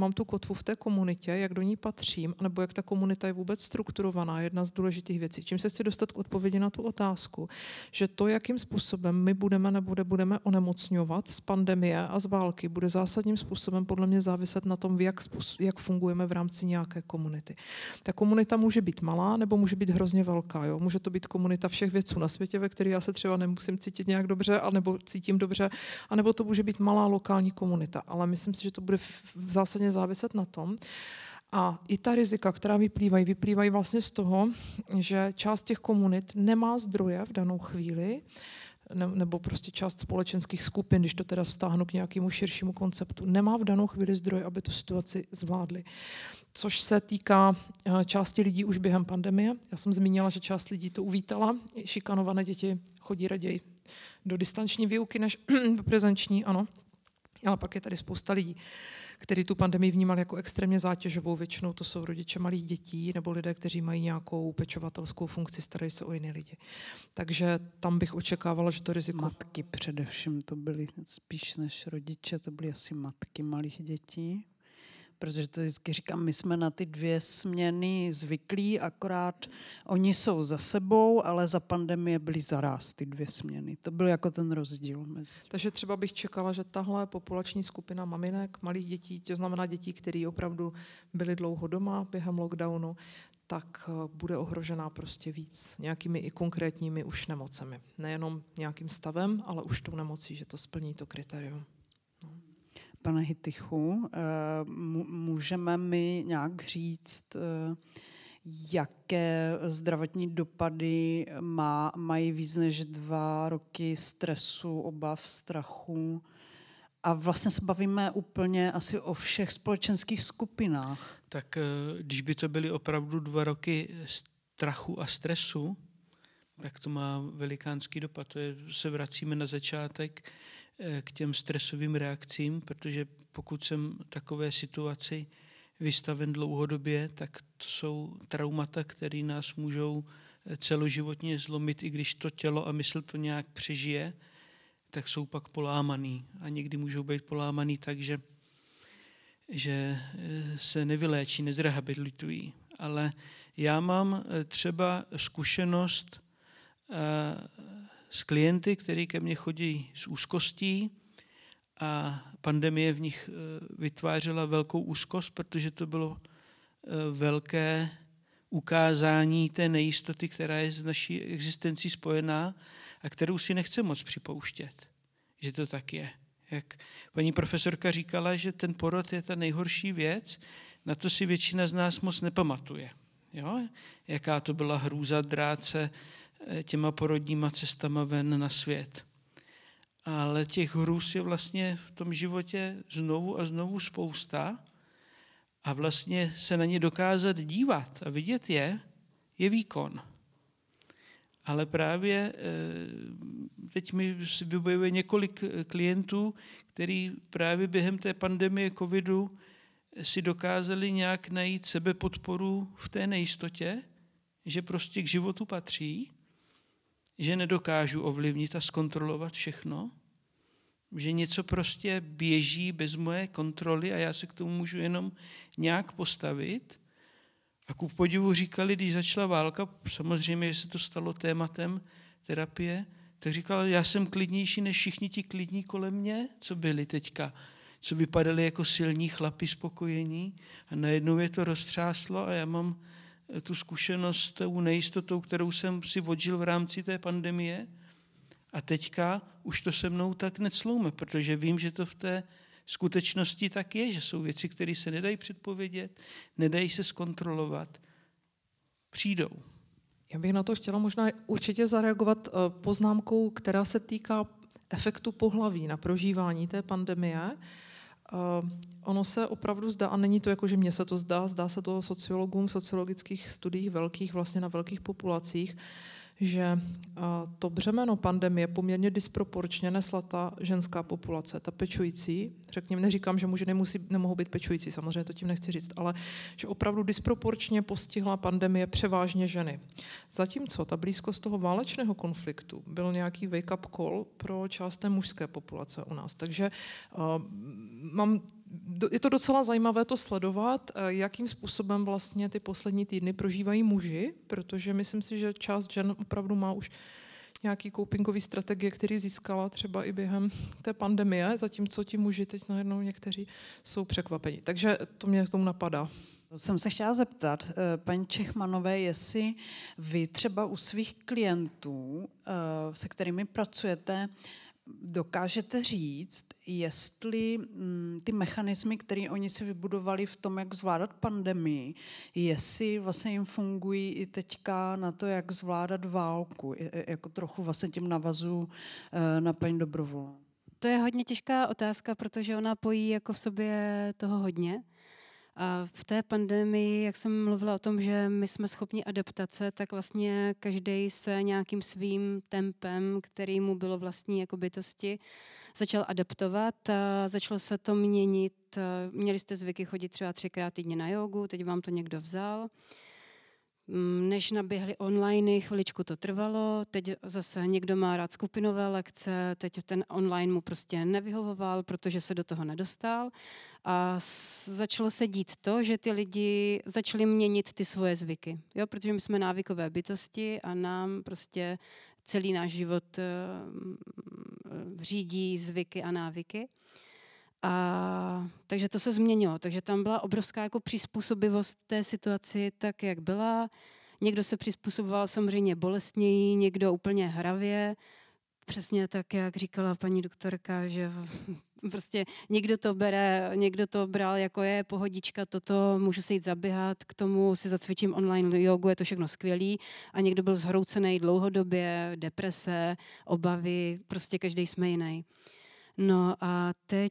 C: mám tu kotvu v té komunitě, jak do ní patřím, nebo jak ta komunita je vůbec strukturovaná, jedna z důležitých věcí. Čím se chci dostat k odpovědi na tu otázku, že to, jakým způsobem my budeme nebo budeme onemocňovat z pandemie a z války, bude zásadním způsobem podle mě záviset na tom, jak, způsob, jak fungujeme v rámci nějaké komunity. Ta komunita může být malá nebo může být hrozně velká. Jo? Může to být komunita všech vědců na světě, ve které já se třeba nemusím cítit nějak dobře, anebo cítím dobře, anebo to může být malá lokální komunita. Ale myslím si, že to bude v, v zásadě záviset na tom. A i ta rizika, která vyplývají, vyplývají vlastně z toho, že část těch komunit nemá zdroje v danou chvíli, nebo prostě část společenských skupin, když to teda vztáhnu k nějakému širšímu konceptu, nemá v danou chvíli zdroje, aby tu situaci zvládli. Což se týká části lidí už během pandemie. Já jsem zmínila, že část lidí to uvítala. Šikanované děti chodí raději do distanční výuky než do prezenční, ano. Ale pak je tady spousta lidí, kteří tu pandemii vnímali jako extrémně zátěžovou. Většinou to jsou rodiče malých dětí nebo lidé, kteří mají nějakou pečovatelskou funkci, starají se o jiné lidi. Takže tam bych očekávala, že to riziko...
A: Matky především to byly spíš než rodiče, to byly asi matky malých dětí. Protože to vždycky říkám, my jsme na ty dvě směny zvyklí, akorát oni jsou za sebou, ale za pandemie byly zaráz ty dvě směny. To byl jako ten rozdíl mezi.
C: Takže třeba bych čekala, že tahle populační skupina maminek, malých dětí, to znamená dětí, které opravdu byly dlouho doma během lockdownu, tak bude ohrožená prostě víc nějakými i konkrétními už nemocemi. Nejenom nějakým stavem, ale už tou nemocí, že to splní to kritérium.
A: Pane Hytychu, můžeme mi nějak říct, jaké zdravotní dopady má, mají víc než dva roky stresu, obav, strachu? A vlastně se bavíme úplně asi o všech společenských skupinách.
B: Tak když by to byly opravdu dva roky strachu a stresu, tak to má velikánský dopad. To je, se vracíme na začátek k těm stresovým reakcím, protože pokud jsem takové situaci vystaven dlouhodobě, tak to jsou traumata, které nás můžou celoživotně zlomit, i když to tělo a mysl to nějak přežije, tak jsou pak polámaný. A někdy můžou být polámaný tak, že, že se nevyléčí, nezrehabilitují. Ale já mám třeba zkušenost s klienty, kteří ke mně chodí s úzkostí a pandemie v nich vytvářela velkou úzkost, protože to bylo velké ukázání té nejistoty, která je s naší existencí spojená a kterou si nechce moc připouštět, že to tak je. Jak paní profesorka říkala, že ten porod je ta nejhorší věc, na to si většina z nás moc nepamatuje. Jo? Jaká to byla hrůza drát se těma porodníma cestama ven na svět. Ale těch hrůz je vlastně v tom životě znovu a znovu spousta a vlastně se na ně dokázat dívat a vidět je, je výkon. Ale právě teď mi vybojuje několik klientů, který právě během té pandemie covidu si dokázali nějak najít sebepodporu v té nejistotě, že prostě k životu patří, že nedokážu ovlivnit a zkontrolovat všechno, že něco prostě běží bez moje kontroly a já se k tomu můžu jenom nějak postavit. A ku podivu říkali, když začala válka, samozřejmě, že se to stalo tématem terapie, tak říkala, já jsem klidnější než všichni ti klidní kolem mě, co byli teďka, co vypadali jako silní chlapi spokojení a najednou je to roztřáslo a já mám tu zkušenost s tou nejistotou, kterou jsem si odžil v rámci té pandemie a teďka už to se mnou tak necloume, protože vím, že to v té skutečnosti tak je, že jsou věci, které se nedají předpovědět, nedají se zkontrolovat, přijdou.
C: Já bych na to chtěla možná určitě zareagovat poznámkou, která se týká efektu pohlaví na prožívání té pandemie. Uh, ono se opravdu zdá, a není to jako, že mně se to zdá, zdá se to sociologům v sociologických studiích velkých, vlastně na velkých populacích, že uh, to břemeno pandemie poměrně disproporčně nesla ta ženská populace, ta pečující. Řekněme, neříkám, že muži nemusí, nemohou být pečující, samozřejmě to tím nechci říct, ale že opravdu disproporčně postihla pandemie převážně ženy. Zatímco ta blízkost toho válečného konfliktu byl nějaký wake-up call pro část té mužské populace u nás. Takže uh, mám je to docela zajímavé to sledovat, jakým způsobem vlastně ty poslední týdny prožívají muži, protože myslím si, že část žen opravdu má už nějaký copingový strategie, který získala třeba i během té pandemie, zatímco ti muži teď najednou někteří jsou překvapeni. Takže to mě k tomu napadá.
A: Jsem se chtěla zeptat, paní Čechmanové, jestli vy třeba u svých klientů, se kterými pracujete, dokážete říct, jestli ty mechanismy, které oni si vybudovali v tom, jak zvládat pandemii, jestli vlastně jim fungují i teďka na to, jak zvládat válku. Jako trochu vlastně tím navazu na paní Dobrovolnou.
D: To je hodně těžká otázka, protože ona pojí jako v sobě toho hodně. A v té pandemii, jak jsem mluvila o tom, že my jsme schopni adaptace, tak vlastně každý se nějakým svým tempem, který mu bylo vlastní jako bytosti, začal adaptovat a začalo se to měnit. Měli jste zvyky chodit třeba třikrát týdně na jogu, teď vám to někdo vzal. Než naběhly online, chviličku to trvalo, teď zase někdo má rád skupinové lekce, teď ten online mu prostě nevyhovoval, protože se do toho nedostal a začalo se dít to, že ty lidi začali měnit ty svoje zvyky, jo? Protože my jsme návykové bytosti a nám prostě celý náš život řídí zvyky a návyky. A, takže to se změnilo. Takže tam byla obrovská jako přizpůsobivost té situaci tak, jak byla. Někdo se přizpůsoboval samozřejmě bolestněji, někdo úplně hravě. Přesně tak, jak říkala paní doktorka, že prostě někdo to bere, někdo to bral jako je pohodička, toto můžu se jít zaběhat, k tomu si zacvičím online jogu, je to všechno skvělý. A někdo byl zhroucený dlouhodobě, deprese, obavy, prostě každý jsme jiný. No a teď,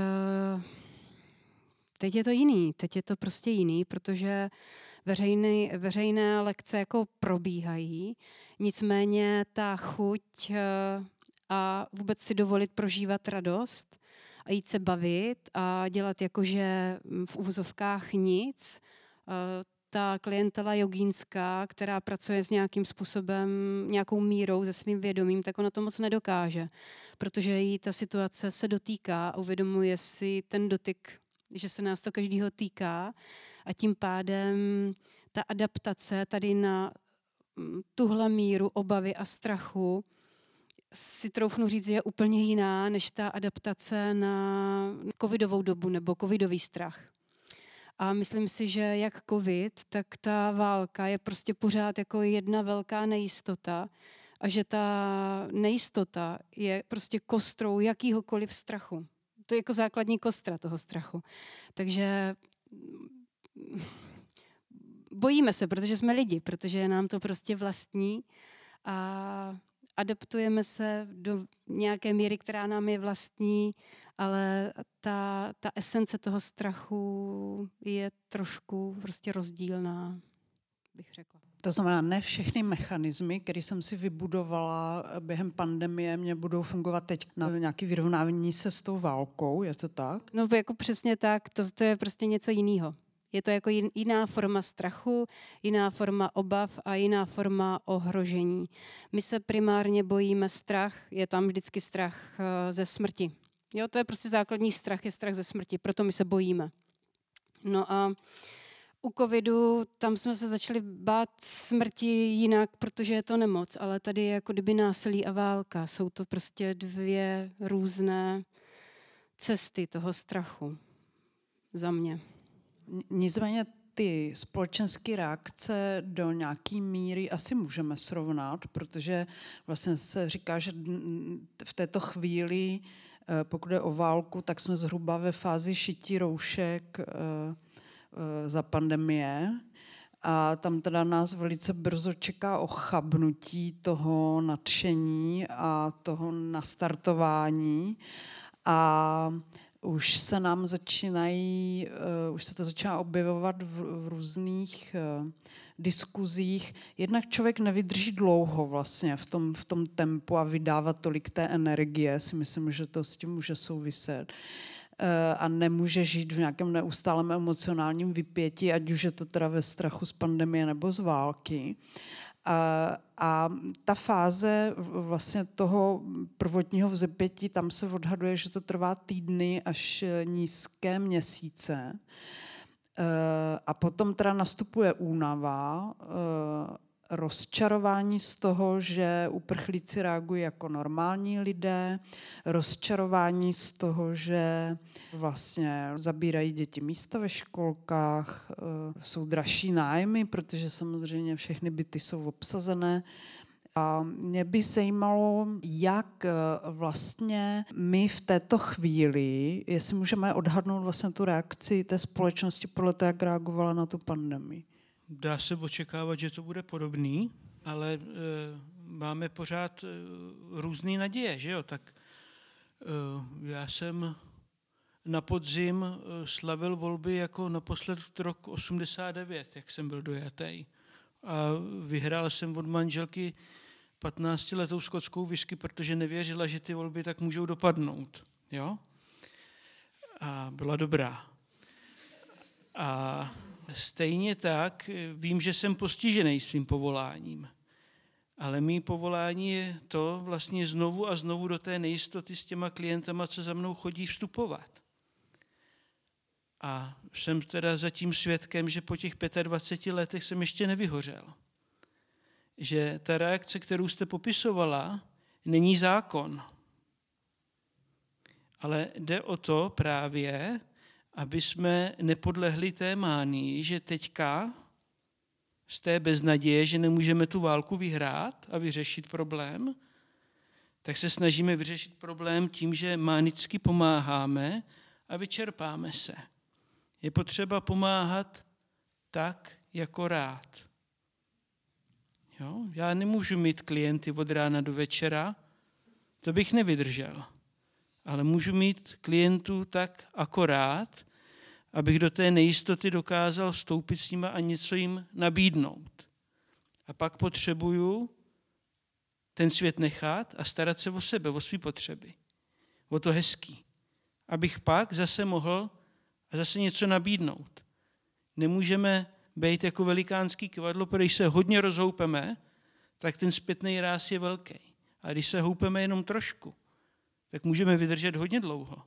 D: teď je to jiný, teď je to prostě jiný, protože veřejný, veřejné lekce jako probíhají, nicméně ta chuť a vůbec si dovolit prožívat radost a jít se bavit a dělat jakože v uvozovkách nic, ta klientela jogínská, která pracuje s nějakým způsobem, nějakou mírou, se svým vědomím, tak ona to moc nedokáže, protože jí ta situace se dotýká a uvědomuje si ten dotyk, že se nás to každýho týká a tím pádem ta adaptace tady na tuhle míru obavy a strachu si troufnu říct, že je úplně jiná než ta adaptace na covidovou dobu nebo covidový strach. A myslím si, že jak covid, tak ta válka je prostě pořád jako jedna velká nejistota a že ta nejistota je prostě kostrou jakýhokoliv strachu. To je jako základní kostra toho strachu. Takže bojíme se, protože jsme lidi, protože je nám to prostě vlastní a adaptujeme se do nějaké míry, která nám je vlastní, ale ta, ta esence toho strachu je trošku prostě rozdílná, bych řekla.
A: To znamená, ne všechny mechanismy, které jsem si vybudovala během pandemie, mě budou fungovat teď na nějaké vyrovnání se s tou válkou, je to tak?
D: No jako přesně tak, to, to je prostě něco jiného. Je to jako jiná forma strachu, jiná forma obav a jiná forma ohrožení. My se primárně bojíme strach, je tam vždycky strach ze smrti. Jo, to je prostě základní strach, je strach ze smrti, proto my se bojíme. No a u covidu tam jsme se začali bát smrti jinak, protože je to nemoc, ale tady je jako kdyby násilí a válka. Jsou to prostě dvě různé cesty toho strachu za mě.
A: Nicméně ty společenské reakce do nějaké míry asi můžeme srovnat, protože vlastně se říká, že v této chvíli, pokud je o válku, tak jsme zhruba ve fázi šití roušek za pandemie a tam teda nás velice brzo čeká ochabnutí toho nadšení a toho nastartování a už se nám začínají, uh, už se to začíná objevovat v, v různých uh, diskuzích. Jednak člověk nevydrží dlouho vlastně v tom, v tom tempu a vydávat tolik té energie, si myslím, že to s tím může souviset. Uh, a nemůže žít v nějakém neustálém emocionálním vypětí, ať už je to teda ve strachu z pandemie nebo z války. A, a ta fáze vlastně toho prvotního vzepětí, tam se odhaduje, že to trvá týdny až nízké měsíce. A potom teda nastupuje únava, rozčarování z toho, že uprchlíci reagují jako normální lidé, rozčarování z toho, že vlastně zabírají děti místa ve školkách, jsou dražší nájmy, protože samozřejmě všechny byty jsou obsazené. A mě by zajímalo, jak vlastně my v této chvíli, jestli můžeme odhadnout vlastně tu reakci té společnosti podle toho, jak reagovala na tu pandemii.
B: Dá se očekávat, že to bude podobný, ale e, máme pořád e, různé naděje, že jo? Tak e, já jsem na podzim e, slavil volby jako naposled rok osmdesát devět, jak jsem byl dojatý. A vyhrál jsem od manželky patnáctiletou skotskou whisky, protože nevěřila, že ty volby tak můžou dopadnout. Jo? A byla dobrá. A stejně tak vím, že jsem postižený svým povoláním. Ale mý povolání je to vlastně znovu a znovu do té nejistoty s těma klientama, co za mnou chodí, vstupovat. A jsem teda zatím svědkem, že po těch dvaceti pěti letech jsem ještě nevyhořel. Že ta reakce, kterou jste popisovala, není zákon. Ale jde o to právě, aby jsme nepodlehli té mánii, že teďka z té beznaděje, že nemůžeme tu válku vyhrát a vyřešit problém, tak se snažíme vyřešit problém tím, že mánicky pomáháme a vyčerpáme se. Je potřeba pomáhat tak, jako rád. Jo? Já nemůžu mít klienty od rána do večera, to bych nevydržel. Ale můžu mít klientů tak akorát, abych do té nejistoty dokázal vstoupit s nimi a něco jim nabídnout. A pak potřebuju ten svět nechat a starat se o sebe, o své potřeby. O to hezký. Abych pak zase mohl a zase něco nabídnout. Nemůžeme být jako velikánský kivadlo, protože když se hodně rozhoupeme, tak ten zpětný ráz je velký. A když se houpeme jenom trošku, tak můžeme vydržet hodně dlouho.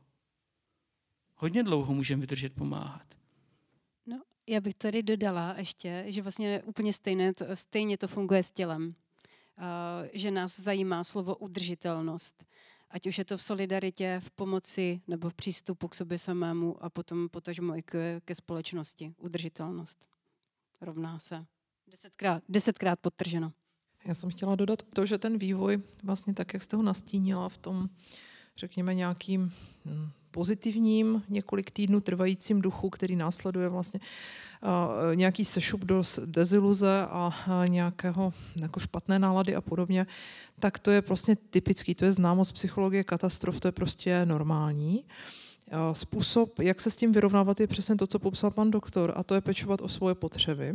B: Hodně dlouho můžeme vydržet pomáhat.
D: No, já bych tady dodala ještě, že vlastně úplně stejné to, stejně to funguje s tělem. Uh, že nás zajímá slovo udržitelnost. Ať už je to v solidaritě, v pomoci nebo v přístupu k sobě samému a potom potažmo i ke, ke společnosti. Udržitelnost rovná se desetkrát, desetkrát podtrženo.
C: Já jsem chtěla dodat to, že ten vývoj, vlastně tak, jak jste ho nastínila v tom, řekněme, nějakým pozitivním, několik týdnů trvajícím duchu, který následuje vlastně uh, nějaký sešup do deziluze a uh, nějakého jako špatné nálady a podobně, tak to je prostě typický, to je známo z psychologie katastrof, to je prostě normální. Uh, způsob, jak se s tím vyrovnávat, je přesně to, co popsal pan doktor, a to je pečovat o svoje potřeby.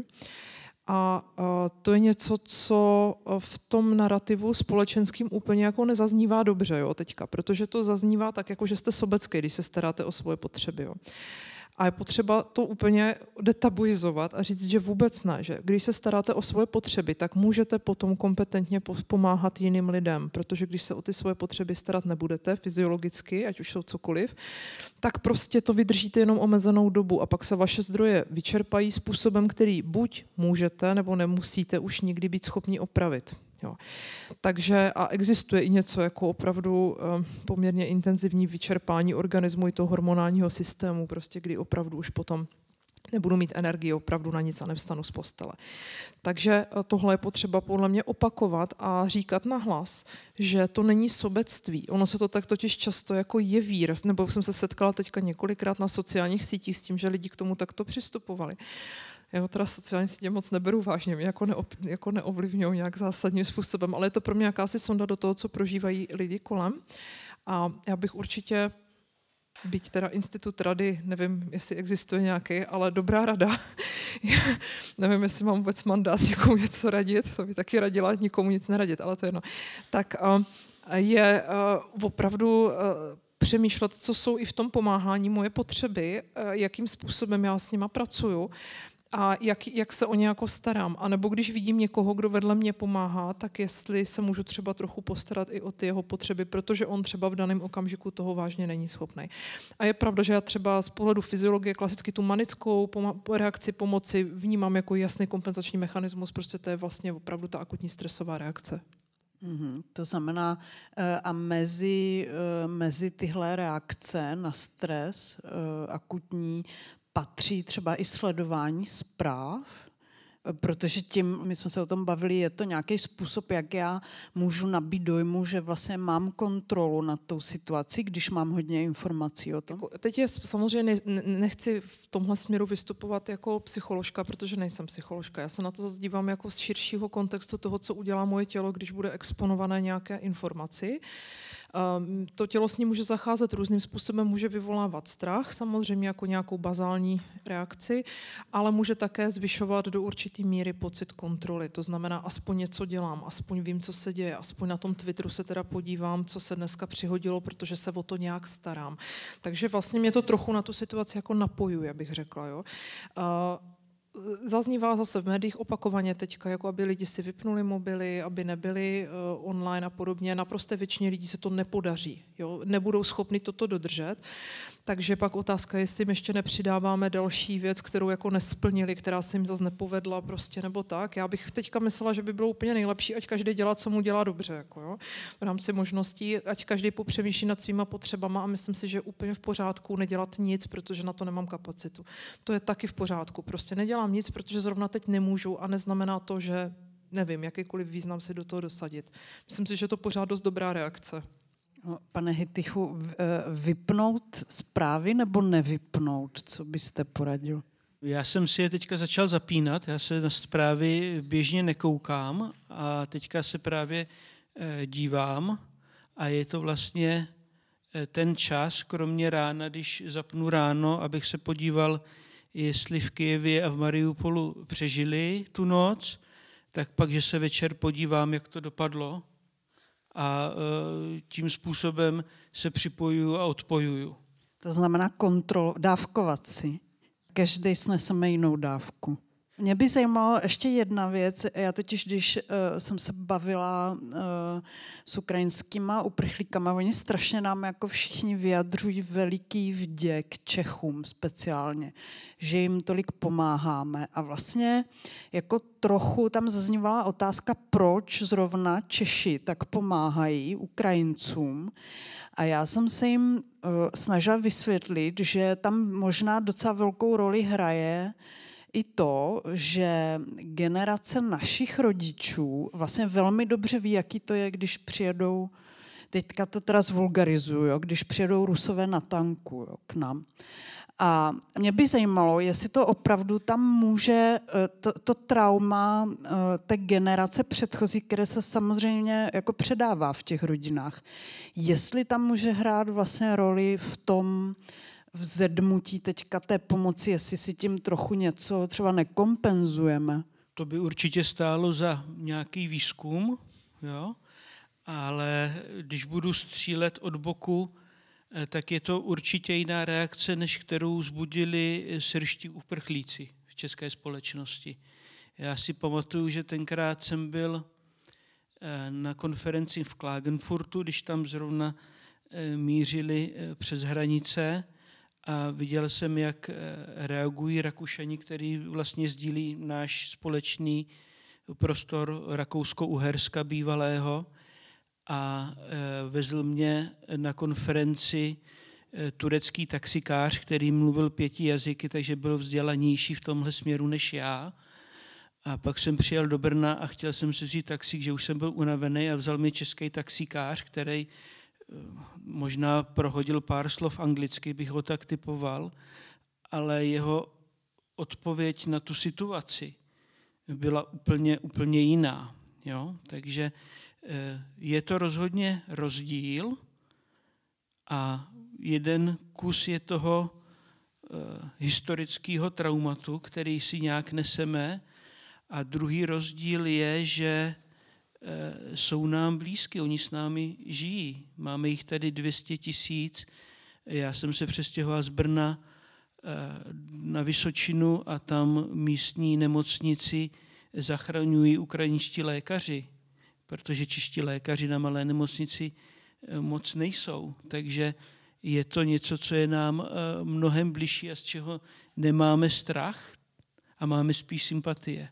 C: A to je něco, co v tom narrativu společenským úplně jako nezaznívá dobře, jo, teďka, protože to zaznívá tak, jako že jste sobecký, když se staráte o svoje potřeby. Jo. A je potřeba to úplně detabuizovat a říct, že vůbec ne, že když se staráte o svoje potřeby, tak můžete potom kompetentně pomáhat jiným lidem, protože když se o ty svoje potřeby starat nebudete fyziologicky, ať už jsou cokoliv, tak prostě to vydržíte jenom omezenou dobu a pak se vaše zdroje vyčerpají způsobem, který buď můžete, nebo nemusíte už nikdy být schopni opravit. Jo. Takže a existuje i něco jako opravdu um, poměrně intenzivní vyčerpání organismu i toho hormonálního systému, prostě kdy opravdu už potom nebudu mít energii opravdu na nic a nevstanu z postele. Takže tohle je potřeba podle mě opakovat a říkat nahlas, že to není sobectví. Ono se to tak totiž často jako jeví, nebo jsem se setkala teďka několikrát na sociálních sítích s tím, že lidi k tomu takto přistupovali. Já ho teda sociální sítě moc neberu vážně, mě jako, neop, jako neovlivňují nějak zásadním způsobem, ale je to pro mě jakási sonda do toho, co prožívají lidi kolem. A já bych určitě, byť teda institut rady, nevím, jestli existuje nějaký, ale dobrá rada. Nevím, jestli mám vůbec mandát někomu něco radit, to by taky radila nikomu nic neradit, ale to je jedno. Tak je opravdu přemýšlet, co jsou i v tom pomáhání moje potřeby, jakým způsobem já s nima pracuju. a jak, jak se o ně jako starám. A nebo když vidím někoho, kdo vedle mě pomáhá, tak jestli se můžu třeba trochu postarat i o ty jeho potřeby, protože on třeba v daném okamžiku toho vážně není schopný. A je pravda, že já třeba z pohledu fyziologie klasicky tu manickou poma- reakci pomoci vnímám jako jasný kompenzační mechanismus, prostě to je vlastně opravdu ta akutní stresová reakce.
A: Mm-hmm. To znamená, a mezi, mezi tyhle reakce na stres akutní patří třeba i sledování zpráv, protože tím, my jsme se o tom bavili, je to nějaký způsob, jak já můžu nabít dojmu, že vlastně mám kontrolu nad tou situací, když mám hodně informací o tom.
C: Teď je samozřejmě nechci v tomhle směru vystupovat jako psycholožka, protože nejsem psycholožka. Já se na to zase dívám jako z širšího kontextu toho, co udělá moje tělo, když bude exponované nějaké informaci. To tělo s ním může zacházet různým způsobem, může vyvolávat strach, samozřejmě jako nějakou bazální reakci, ale může také zvyšovat do určité míry pocit kontroly. To znamená, aspoň něco dělám, aspoň vím, co se děje, aspoň na tom Twitteru se teda podívám, co se dneska přihodilo, protože se o to nějak starám. Takže vlastně mě to trochu na tu situaci jako napojuje, bych řekla. Jo. Zaznívá zase v médiích opakovaně teďka, jako aby lidi si vypnuli mobily, aby nebyli uh, online a podobně. Naprosté většině lidí se to nepodaří. Jo? Nebudou schopni toto dodržet. Takže pak otázka, jestli jim ještě nepřidáváme další věc, kterou jako nesplnili, která se jim zase nepovedla prostě nebo tak. Já bych teďka myslela, že by bylo úplně nejlepší, ať každý dělá, co mu dělá dobře. Jako, jo? V rámci možností, ať každý popřemýšlí nad svýma potřebama a myslím si, že je úplně v pořádku nedělat nic, protože na to nemám kapacitu. To je taky v pořádku. Prostě nedělám nic, protože zrovna teď nemůžu a neznamená to, že nevím, jakýkoliv význam si do toho dosadit. Myslím si, že je to pořád dost dobrá reakce.
A: Pane Hytichu, vypnout zprávy nebo nevypnout? Co byste poradil?
B: Já jsem si je teďka začal zapínat, já se na zprávy běžně nekoukám a teďka se právě dívám a je to vlastně ten čas, kromě rána, když zapnu ráno, abych se podíval, jestli v Kyjevě a v Mariupolu přežili tu noc, tak pak, že se večer podívám, jak to dopadlo a tím způsobem se připojuju a odpojuju.
A: To znamená kontrol, dávkovat si. Každý sneseme jinou dávku. Mě by zajímalo ještě jedna věc. Já totiž, když uh, jsem se bavila uh, s ukrajinskýma uprchlíkama, oni strašně nám jako všichni vyjadřují veliký vděk Čechům speciálně, že jim tolik pomáháme. A vlastně jako trochu tam zaznívala otázka, proč zrovna Češi tak pomáhají Ukrajincům. A já jsem se jim uh, snažila vysvětlit, že tam možná docela velkou roli hraje i to, že generace našich rodičů vlastně velmi dobře ví, jaký to je, když přijedou, teďka to teda zvulgarizuju, jo, když přijedou Rusové na tanku, jo, k nám. A mě by zajímalo, jestli to opravdu tam může, to, to trauma té generace předchozí, které se samozřejmě jako předává v těch rodinách, jestli tam může hrát vlastně roli v tom, vzedmutí teďka té pomoci, jestli si tím trochu něco třeba nekompenzujeme.
B: To by určitě stálo za nějaký výzkum, jo? Ale když budu střílet od boku, tak je to určitě jiná reakce, než kterou vzbudili syrští uprchlíci v české společnosti. Já si pamatuju, že tenkrát jsem byl na konferenci v Klagenfurtu, když tam zrovna mířili přes hranice, a viděl jsem, jak reagují Rakušani, který vlastně sdílí náš společný prostor Rakousko-Uherska bývalého a vezl mě na konferenci turecký taxikář, který mluvil pěti jazyky, takže byl vzdělanější v tomhle směru než já. A pak jsem přijel do Brna a chtěl jsem si vzít taxík, že už jsem byl unavený a vzal mi český taxikář, který možná prohodil pár slov anglicky, bych ho tak typoval, ale jeho odpověď na tu situaci byla úplně, úplně jiná. Jo? Takže je to rozhodně rozdíl a jeden kus je toho historického traumatu, který si nějak neseme, a druhý rozdíl je, že jsou nám blízky, oni s námi žijí. Máme jich tady dvě stě tisíc. Já jsem se přestěhoval z Brna na Vysočinu a tam místní nemocnici zachraňují ukrajinští lékaři, protože čeští lékaři na malé nemocnici moc nejsou. Takže je to něco, co je nám mnohem bližší a z čeho nemáme strach a máme spíš sympatie.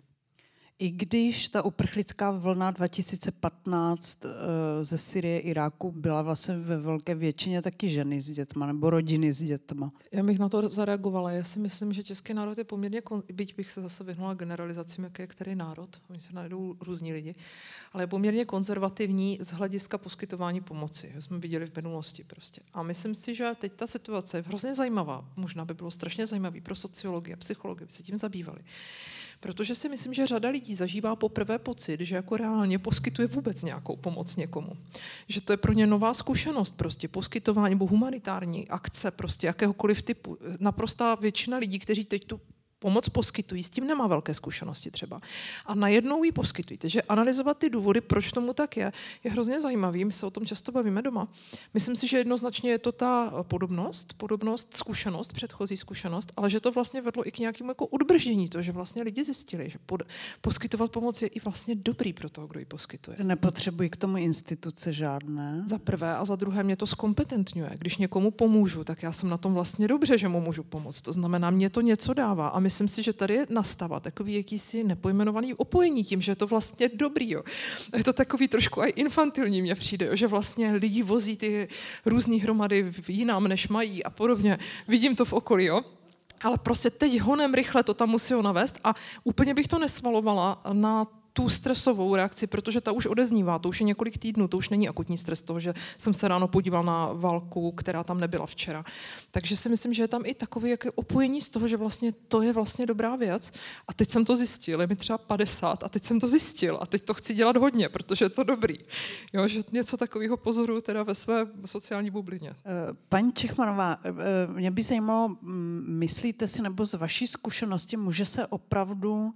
A: I když ta uprchlická vlna dva tisíce patnáct ze Syrie, Iráku byla vlastně ve velké většině taky ženy s dětma nebo rodiny s dětma.
C: Já bych na to zareagovala. Já si myslím, že český národ je poměrně, byť bych se zase vyhnula generalizacím, jaký je který národ, oni se najdou různí lidi, ale je poměrně konzervativní z hlediska poskytování pomoci. Jsme viděli v minulosti prostě. A myslím si, že teď ta situace je hrozně zajímavá. Možná by bylo strašně zajímavý pro sociologii a psychologii, by se tím zabývali. Protože si myslím, že řada lidí zažívá poprvé pocit, že jako reálně poskytuje vůbec nějakou pomoc někomu. Že to je pro ně nová zkušenost, prostě poskytování nebo humanitární akce prostě jakéhokoliv typu. Naprostá většina lidí, kteří teď tu pomoc poskytují, s tím nemá velké zkušenosti třeba. A najednou ji poskytují. Takže analyzovat ty důvody, proč tomu tak je, je hrozně zajímavý. My se o tom často bavíme doma. Myslím si, že jednoznačně je to ta podobnost, podobnost, zkušenost, předchozí zkušenost, ale že to vlastně vedlo i k nějakému jako odbrždění, to, že vlastně lidi zjistili, že pod, poskytovat pomoc je i vlastně dobrý pro toho, kdo ji poskytuje.
A: Nepotřebují k tomu instituce žádné.
C: Za prvé a za druhé mě to zkompetentňuje. Když někomu pomůžu, tak já jsem na tom vlastně dobře, že mu můžu pomoct. To znamená, mě to něco dává a myslím si, že tady nastává takový jakýsi nepojmenovaný opojení tím, že je to vlastně dobrý. Jo. Je to takový trošku i infantilní, mně přijde, jo, že vlastně lidi vozí ty různý hromady jinam, než mají a podobně. Vidím to v okolí, jo. Ale prostě teď honem rychle to tam musí navést a úplně bych to nesvalovala na tu stresovou reakci, protože ta už odeznívá, to už je několik týdnů, to už není akutní stres toho, že jsem se ráno podíval na válku, která tam nebyla včera. Takže si myslím, že je tam i takové jaké opojení z toho, že vlastně to je vlastně dobrá věc a teď jsem to zjistil, je mi třeba padesát a teď jsem to zjistil a teď to chci dělat hodně, protože je to dobrý. Jo, že něco takového pozoruju teda ve své sociální bublině.
A: Paní Čechmanová, mě by zajímalo, myslíte si, nebo z vaší zkušenosti může se opravdu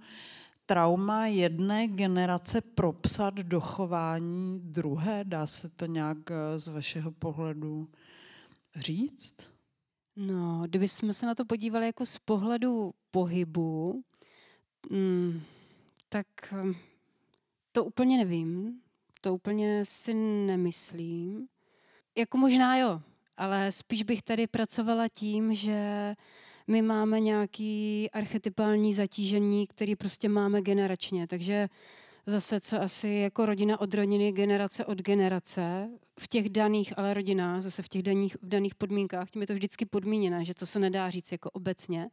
A: trauma jedné generace propsat do chování druhé? Dá se to nějak z vašeho pohledu říct?
D: No, kdybychom se na to podívali jako z pohledu pohybu, mm, tak to úplně nevím. To úplně si nemyslím. Jako možná jo, ale spíš bych tady pracovala tím, že my máme nějaký archetypální zatížení, který prostě máme generačně. Takže zase, co asi jako rodina od rodiny, generace od generace, v těch daných ale rodinách, zase v těch daných, v daných podmínkách, tím je to vždycky podmíněné, že to se nedá říct jako obecně,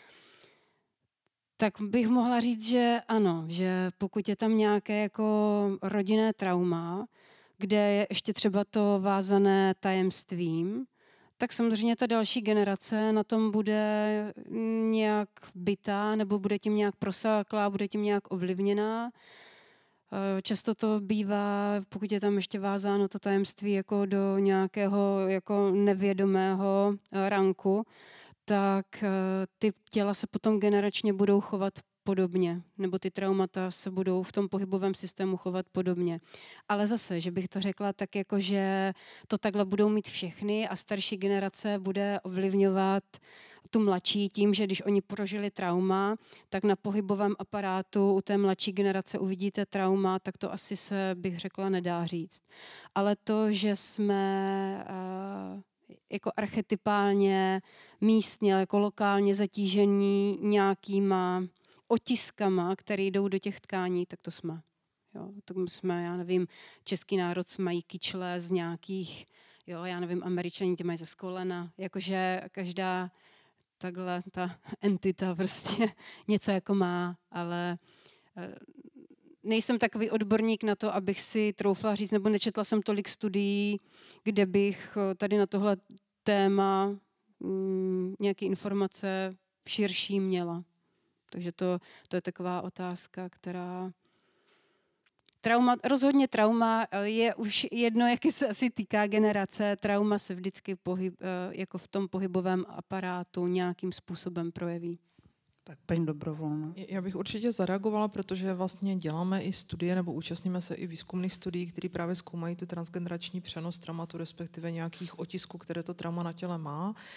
D: tak bych mohla říct, že ano, že pokud je tam nějaké jako rodinné trauma, kde je ještě třeba to vázané tajemstvím, tak samozřejmě ta další generace na tom bude nějak bitá nebo bude tím nějak prosáklá, bude tím nějak ovlivněná. Často to bývá, pokud je tam ještě vázáno to tajemství jako do nějakého jako nevědomého ranku, tak ty těla se potom generačně budou chovat podobně, nebo ty traumata se budou v tom pohybovém systému chovat podobně. Ale zase, že bych to řekla tak jako, že to takhle budou mít všechny a starší generace bude ovlivňovat tu mladší tím, že když oni prožili trauma, tak na pohybovém aparátu u té mladší generace uvidíte trauma, tak to asi se, bych řekla, nedá říct. Ale to, že jsme uh, jako archetypálně, místně, jako lokálně zatížení nějakýma otiskama, které jdou do těch tkání, tak to jsme. Jo, to jsme, já nevím, český národ mají kyčle z nějakých, jo, já nevím, Američani tě mají ze skolena, jakože každá takhle ta entita prostě něco jako má, ale nejsem takový odborník na to, abych si troufla říct, nebo nečetla jsem tolik studií, kde bych tady na tohle téma mm, nějaké informace širší měla. Takže to, to je taková otázka, která... Trauma, rozhodně trauma je už jedno, jaký se asi týká generace. Trauma se vždycky pohyb, jako v tom pohybovém aparátu nějakým způsobem projeví.
A: Tak paní Dobrovolná.
C: Já bych určitě zareagovala, protože vlastně děláme i studie nebo účastníme se i výzkumných studií, které právě zkoumají tu transgenerační přenos traumatu, respektive nějakých otisků, které to trauma na těle má.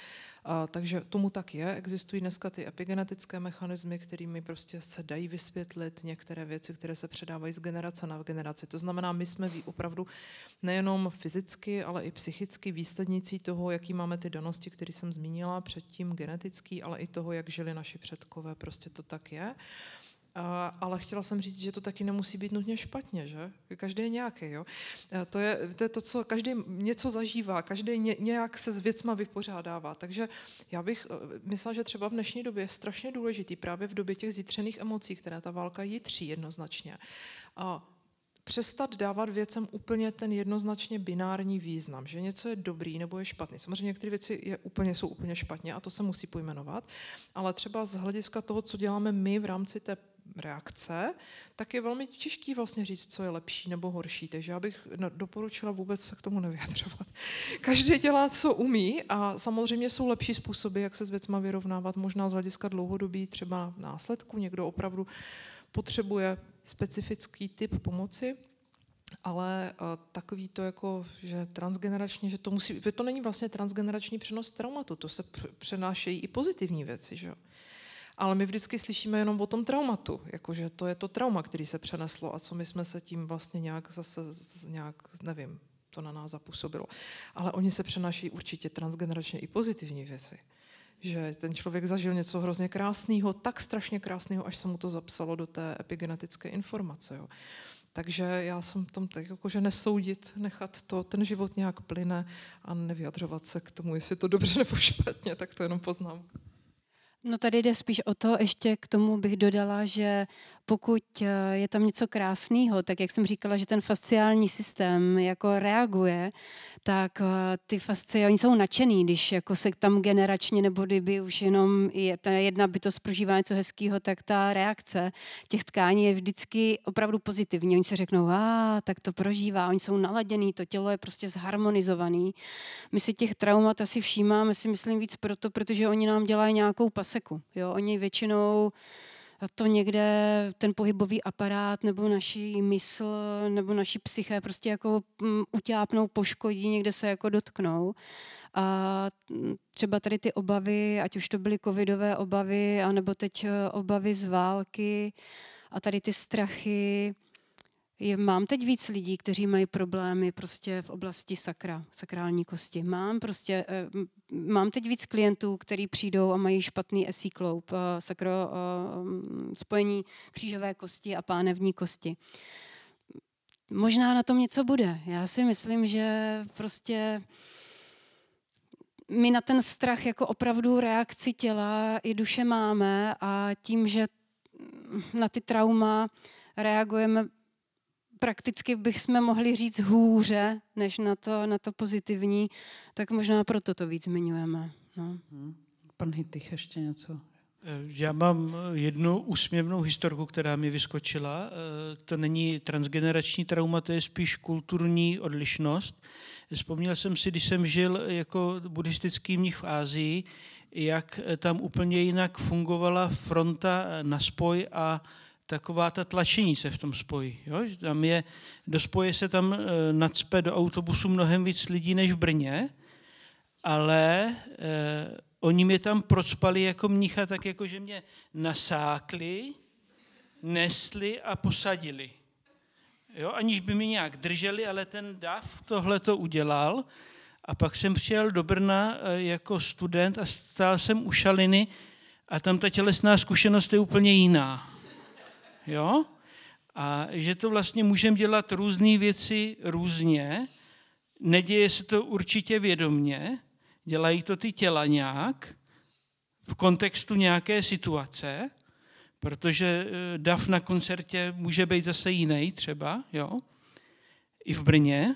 C: A, takže tomu tak je. Existují dneska ty epigenetické mechanismy, kterými prostě se dají vysvětlit některé věci, které se předávají z generace na generaci. To znamená, my jsme opravdu nejenom fyzicky, ale i psychicky výslednící toho, jaký máme ty danosti, které jsem zmínila předtím, genetický, ale i toho, jak žili naši předkové. Prostě to tak je. A, ale chtěla jsem říct, že to taky nemusí být nutně špatně, že? Každý je nějaký, jo? A to je, to je to, co každý něco zažívá, každý ně, nějak se s věcma vypořádává. Takže já bych myslela, že třeba v dnešní době je strašně důležitý právě v době těch zjitřených emocí, které ta válka jitří jednoznačně. A přestat dávat věcem úplně ten jednoznačně binární význam, že něco je dobrý nebo je špatný. Samozřejmě některé věci je úplně, jsou úplně špatně a to se musí pojmenovat, ale třeba z hlediska toho, co děláme my v rámci té reakce, tak je velmi těžký vlastně říct, co je lepší nebo horší. Takže já bych doporučila vůbec se k tomu nevyjadřovat. Každý dělá, co umí a samozřejmě jsou lepší způsoby, jak se s věcma vyrovnávat, možná z hlediska dlouhodobí třeba následku. Někdo opravdu potřebuje specifický typ pomoci, ale uh, takový to jako, že transgenerační, že to musí, že to není vlastně transgenerační přenos traumatu, to se přenášejí i pozitivní věci, že jo. Ale my vždycky slyšíme jenom o tom traumatu, jakože to je to trauma, který se přeneslo a co my jsme se tím vlastně nějak zase, nějak, nevím, to na nás zapůsobilo. Ale oni se přenáší určitě transgeneračně i pozitivní věci. Že ten člověk zažil něco hrozně krásného, tak strašně krásného, až se mu to zapsalo do té epigenetické informace. Jo. Takže já jsem tom tak, jakože nesoudit, nechat to, ten život nějak plyne a nevyjadřovat se k tomu, jestli je to dobře nebo špatně, tak to jenom poznám.
D: No tady jde spíš o to, ještě k tomu bych dodala, že pokud je tam něco krásného, tak jak jsem říkala, že ten fasciální systém jako reaguje, tak ty fascie, oni jsou nadšený, když jako se tam generačně, nebo kdyby už jenom je ta jedna bytost prožívá něco hezkého, tak ta reakce těch tkání je vždycky opravdu pozitivní. Oni si řeknou, a tak to prožívá, oni jsou naladěný, to tělo je prostě zharmonizovaný. My si těch traumat asi všímáme, si myslím víc proto, protože oni nám dělají nějakou paseku. Jo? Oni většinou to někde, ten pohybový aparát nebo naši mysl nebo naši psyché prostě jako utápnou, poškodí, někde se jako dotknou. A třeba tady ty obavy, ať už to byly covidové obavy, anebo teď obavy z války a tady ty strachy. Je, mám teď víc lidí, kteří mají problémy prostě v oblasti sakra, sakrální kosti. Mám prostě, eh, mám teď víc klientů, kteří přijdou a mají špatný esí kloup, eh, sakro, eh, spojení křížové kosti a pánevní kosti. Možná na tom něco bude. Já si myslím, že prostě my na ten strach jako opravdu reakci těla i duše máme a tím, že na ty trauma reagujeme prakticky bychom mohli říct hůře, než na to, na to pozitivní, tak možná proto to víc zmiňujeme. No.
A: Pan Hytych ještě něco.
B: Já mám jednu úsměvnou historku, která mi vyskočila. To není transgenerační trauma, to je spíš kulturní odlišnost. Vzpomněl jsem si, když jsem žil jako buddhistický mnich v Asii, jak tam úplně jinak fungovala fronta na spoj a taková ta tlačení se v tom spoji. Jo? Tam je, do spoje se tam e, nacpe do autobusu mnohem víc lidí než v Brně, ale e, oni mě tam procpali jako mnicha, tak jako, že mě nasákli, nesli a posadili. Jo? Aniž by mě nějak drželi, ale ten dav tohle to udělal. A pak jsem přijel do Brna e, jako student a stál jsem u šaliny a tam ta tělesná zkušenost je úplně jiná. Jo? A že to vlastně můžeme dělat různé věci různě, neděje se to určitě vědomně, dělají to ty těla nějak, v kontextu nějaké situace, protože dav na koncertě může být zase jiný třeba, jo? I v Brně.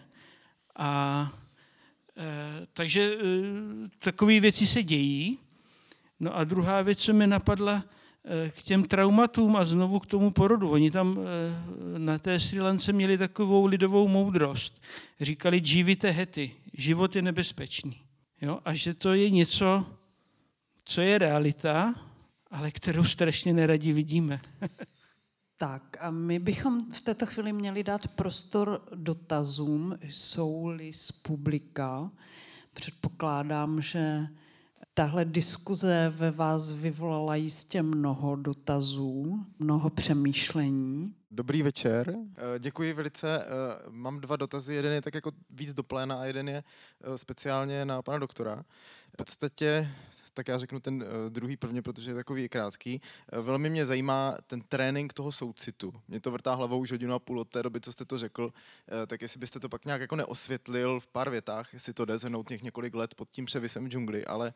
B: A e, takže e, takové věci se dějí. No a druhá věc, co mi napadla, k těm traumatům a znovu k tomu porodu. Oni tam na té Srí Lance měli takovou lidovou moudrost. Říkali dživite hety, život je nebezpečný. Jo? A že to je něco, co je realita, ale kterou strašně neradi vidíme.
A: Tak a my bychom v této chvíli měli dát prostor dotazům, jsou-li z publika. Předpokládám, že Tahle diskuze ve vás vyvolala jistě mnoho dotazů, mnoho přemýšlení.
E: Dobrý večer, děkuji velice. Mám dva dotazy, jeden je tak jako víc do pléna a jeden je speciálně na pana doktora. V podstatě, tak já řeknu ten druhý prvně, protože je takový krátký. Velmi mě zajímá ten trénink toho soucitu. Mě to vrtá hlavou už hodinu a půl od té doby, co jste to řekl, tak jestli byste to pak nějak jako neosvětlil v pár větách, jestli to jde zhrnout těch několik let pod tím převisem v džungli, ale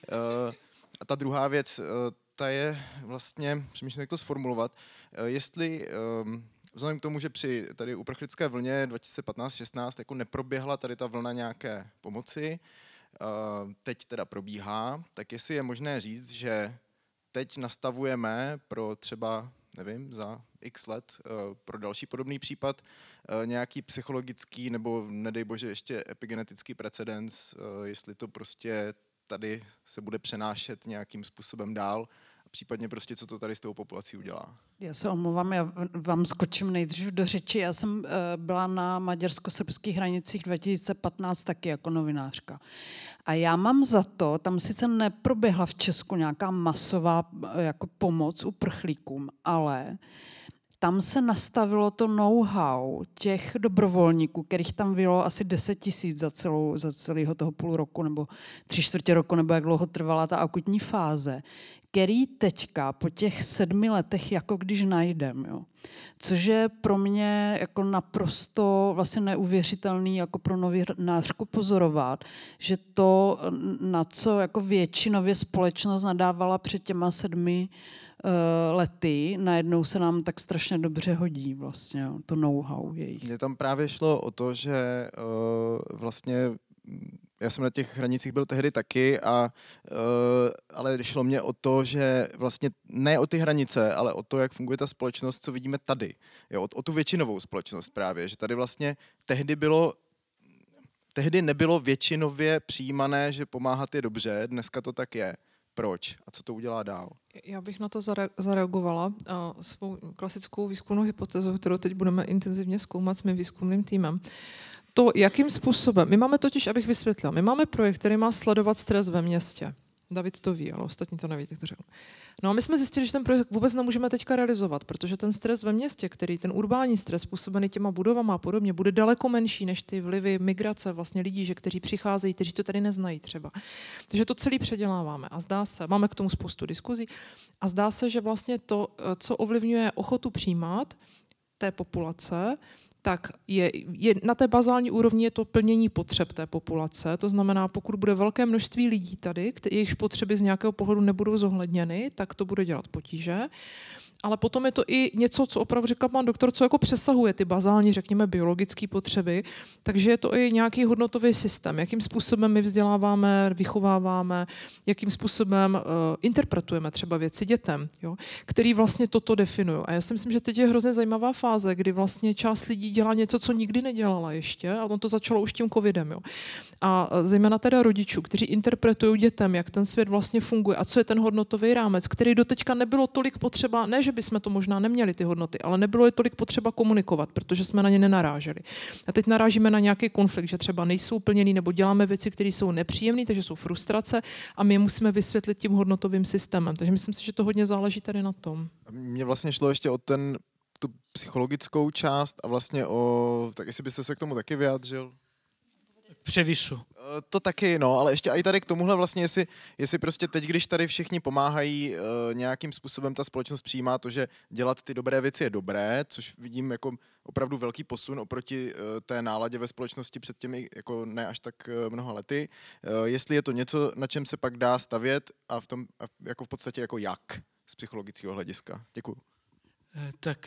E: a ta druhá věc, ta je vlastně, přemýšlím, jak to sformulovat, jestli vzhledem k tomu, že při tady uprchlické vlně dva tisíce patnáct šestnáct jako neproběhla tady ta vlna nějaké pomoci, teď teda probíhá, tak jestli je možné říct, že teď nastavujeme pro třeba, nevím, za x let, pro další podobný případ, nějaký psychologický nebo nedej bože ještě epigenetický precedens, jestli to prostě tady se bude přenášet nějakým způsobem dál a případně prostě, co to tady s tou populací udělá.
A: Já se omlouvám, já vám skočím nejdřív do řeči. Já jsem byla na maďarsko-srbských hranicích dva tisíce patnáct taky jako novinářka. A já mám za to, tam sice neproběhla v Česku nějaká masová jako pomoc uprchlíkům, ale tam se nastavilo to know-how těch dobrovolníků, kterých tam bylo asi deset tisíc za, celou, za celého toho půl roku nebo tři čtvrtě roku, nebo jak dlouho trvala ta akutní fáze, který teďka po těch sedmi letech jako když najdem. Jo. Což je pro mě jako naprosto vlastně neuvěřitelný jako pro novinářku pozorovat, že to, na co jako většinově společnost nadávala před těma sedmi lety, najednou se nám tak strašně dobře hodí vlastně, to know-how jejich.
E: Mně tam právě šlo o to, že uh, vlastně já jsem na těch hranicích byl tehdy taky, a, uh, ale šlo mě o to, že vlastně ne o ty hranice, ale o to, jak funguje ta společnost, co vidíme tady. Jo, o, o tu většinovou společnost právě, že tady vlastně tehdy bylo tehdy nebylo většinově přijímané, že pomáhat je dobře, dneska to tak je. Proč? A co to udělá dál?
C: Já bych na to zareagovala a svou klasickou výzkumnou hypotézou, kterou teď budeme intenzivně zkoumat s mým výzkumným týmem. To, jakým způsobem, my máme totiž, abych vysvětlila, my máme projekt, který má sledovat stres ve městě. David to ví, ale ostatní to neví, tak to řeknu. No a my jsme zjistili, že ten projekt vůbec nemůžeme teďka realizovat, protože ten stres ve městě, který ten urbání stres způsobený těma budovama a podobně, bude daleko menší než ty vlivy migrace vlastně lidí, že kteří přicházejí, kteří to tady neznají třeba. Takže to celý předěláváme a zdá se, máme k tomu spoustu diskuzí a zdá se, že vlastně to, co ovlivňuje ochotu přijímat té populace, tak je, je, na té bazální úrovni je to plnění potřeb té populace. To znamená, pokud bude velké množství lidí tady, jejichž potřeby z nějakého pohledu nebudou zohledněny, tak to bude dělat potíže. Ale potom je to i něco, co opravdu říkal pan doktor, co jako přesahuje ty bazální, řekněme, biologické potřeby. Takže je to i nějaký hodnotový systém, jakým způsobem my vzděláváme, vychováváme, jakým způsobem uh, interpretujeme třeba věci dětem, jo, který vlastně toto definují. A já si myslím, že teď je hrozně zajímavá fáze, kdy vlastně část lidí dělá něco, co nikdy nedělala ještě, a on to začalo už tím covidem. Jo. A zejména teda rodičů, kteří interpretují dětem, jak ten svět vlastně funguje a co je ten hodnotový rámec, který doteďka nebylo tolik potřeba, ne, že bychom to možná neměli ty hodnoty, ale nebylo je tolik potřeba komunikovat, protože jsme na ně nenaráželi. A teď narážíme na nějaký konflikt, že třeba nejsou plněný nebo děláme věci, které jsou nepříjemné, takže jsou frustrace a my je musíme vysvětlit tím hodnotovým systémem. Takže myslím si, že to hodně záleží tady na tom.
E: Mně vlastně šlo ještě o ten, tu psychologickou část a vlastně o, tak jestli byste se k tomu taky vyjádřil?
B: Převisu.
E: To taky, no, ale ještě i tady k tomuhle vlastně, jestli, jestli prostě teď, když tady všichni pomáhají, uh, nějakým způsobem ta společnost přijímá to, že dělat ty dobré věci je dobré, což vidím jako opravdu velký posun oproti uh, té náladě ve společnosti před těmi jako ne až tak uh, mnoha lety. Uh, jestli je to něco, na čem se pak dá stavět a v tom a jako v podstatě jako jak z psychologického hlediska. Děkuju.
B: Tak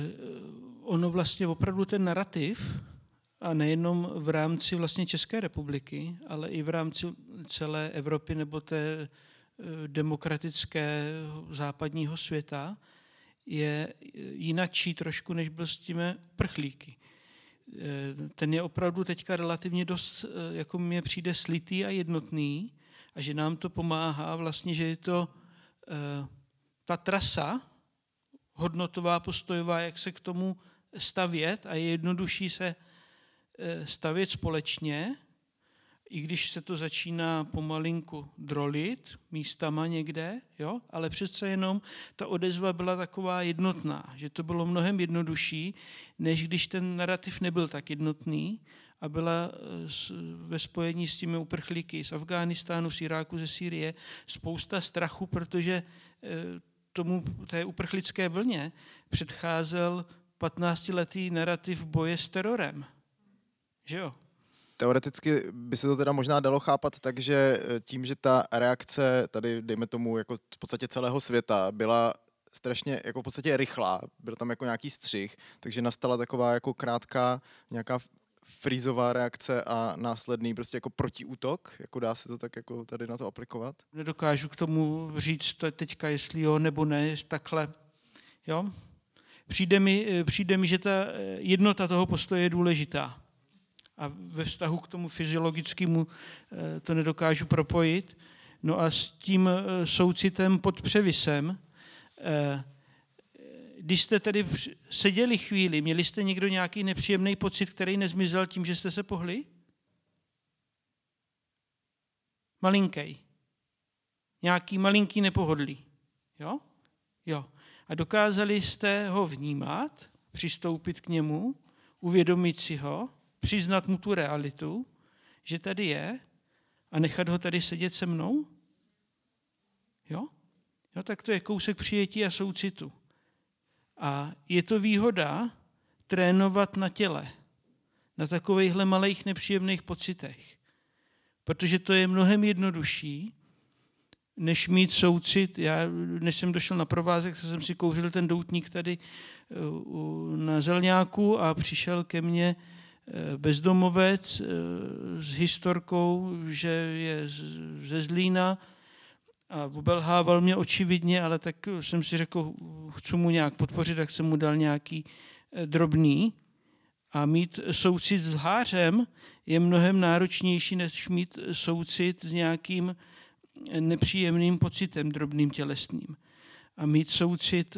B: ono vlastně opravdu ten narrativ, a nejenom v rámci vlastně České republiky, ale i v rámci celé Evropy nebo té demokratické západního světa, je jinačí trošku, než byl s těmi uprchlíky. Ten je opravdu teďka relativně dost, jako mně přijde, slitý a jednotný a že nám to pomáhá vlastně, že je to ta trasa hodnotová, postojová, jak se k tomu stavět a je jednodušší se stavět společně, i když se to začíná pomalinku drolit místama někde, jo, ale přece jenom ta odezva byla taková jednotná, že to bylo mnohem jednodušší, než když ten narrativ nebyl tak jednotný a byla ve spojení s těmi uprchlíky z Afghánistánu, z Iráku, ze Sýrie spousta strachu, protože tomu té uprchlické vlně předcházel patnáctiletý narrativ boje s terorem. Že jo?
E: Teoreticky by se to teda možná dalo chápat tak, že tím, že ta reakce tady, dejme tomu, jako v podstatě celého světa byla strašně jako v podstatě rychlá, byl tam jako nějaký střih, takže nastala taková jako krátká nějaká frízová reakce a následný prostě jako protiútok, jako dá se to tak jako tady na to aplikovat?
B: Nedokážu k tomu říct teďka, jestli jo nebo ne, jestli takhle, jo. Přijde mi, přijde mi, že ta jednota toho postoje je důležitá. A ve vztahu k tomu fyziologickému to nedokážu propojit. No a s tím soucitem pod převisem, když jste tady seděli chvíli, měli jste někdo nějaký nepříjemný pocit, který nezmizel tím, že jste se pohli? Malinkej. Nějaký malinký nepohodlí. Jo? Jo. A dokázali jste ho vnímat, přistoupit k němu, uvědomit si ho, přiznat mu tu realitu, že tady je a nechat ho tady sedět se mnou? Jo? Jo, tak to je kousek přijetí a soucitu. A je to výhoda trénovat na těle, na takovýchhle malých nepříjemných pocitech. Protože to je mnohem jednodušší, než mít soucit. Já, než jsem došel na provázek, jsem si kouřil ten doutník tady na Zelňáku a přišel ke mně bezdomovec s historkou, že je ze Zlína a obelhával mě očividně, ale tak jsem si řekl, chci mu nějak podpořit, tak jsem mu dal nějaký drobný. A mít soucit s lhářem je mnohem náročnější, než mít soucit s nějakým nepříjemným pocitem, drobným tělesným. A mít soucit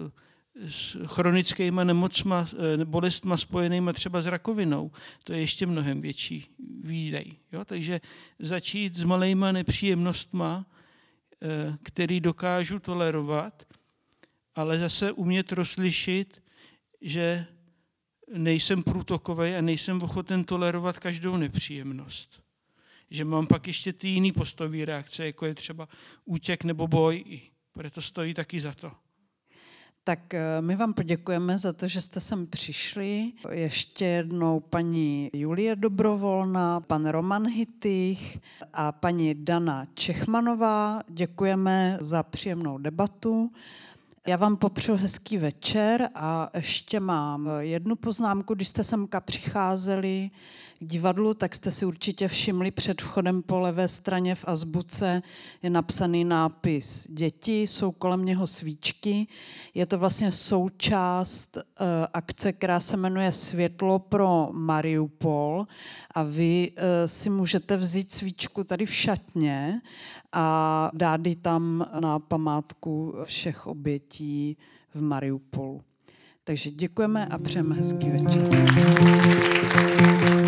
B: s chronickýma nemocma, bolestma spojenýma třeba s rakovinou, to je ještě mnohem větší výdej. Jo? Takže začít s malejma nepříjemnostma, který dokážu tolerovat, ale zase umět rozlišit, že nejsem průtokovej a nejsem ochoten tolerovat každou nepříjemnost. Že mám pak ještě ty jiný postový reakce, jako je třeba útěk nebo boj, protože to stojí taky za to.
A: Tak my vám poděkujeme za to, že jste sem přišli. Ještě jednou paní Julie Dobrovolná, pan Roman Hytych a paní Dana Čechmanová. Děkujeme za příjemnou debatu. Já vám popřeju hezký večer a ještě mám jednu poznámku. Když jste semka přicházeli k divadlu, tak jste si určitě všimli před vchodem po levé straně v azbuce je napsaný nápis Děti, jsou kolem něho svíčky. Je to vlastně součást uh, akce, která se jmenuje Světlo pro Mariupol a vy uh, si můžete vzít svíčku tady v šatně a dát ji tam na památku všech obětí v Mariupolu. Takže děkujeme a přejeme hezký večer.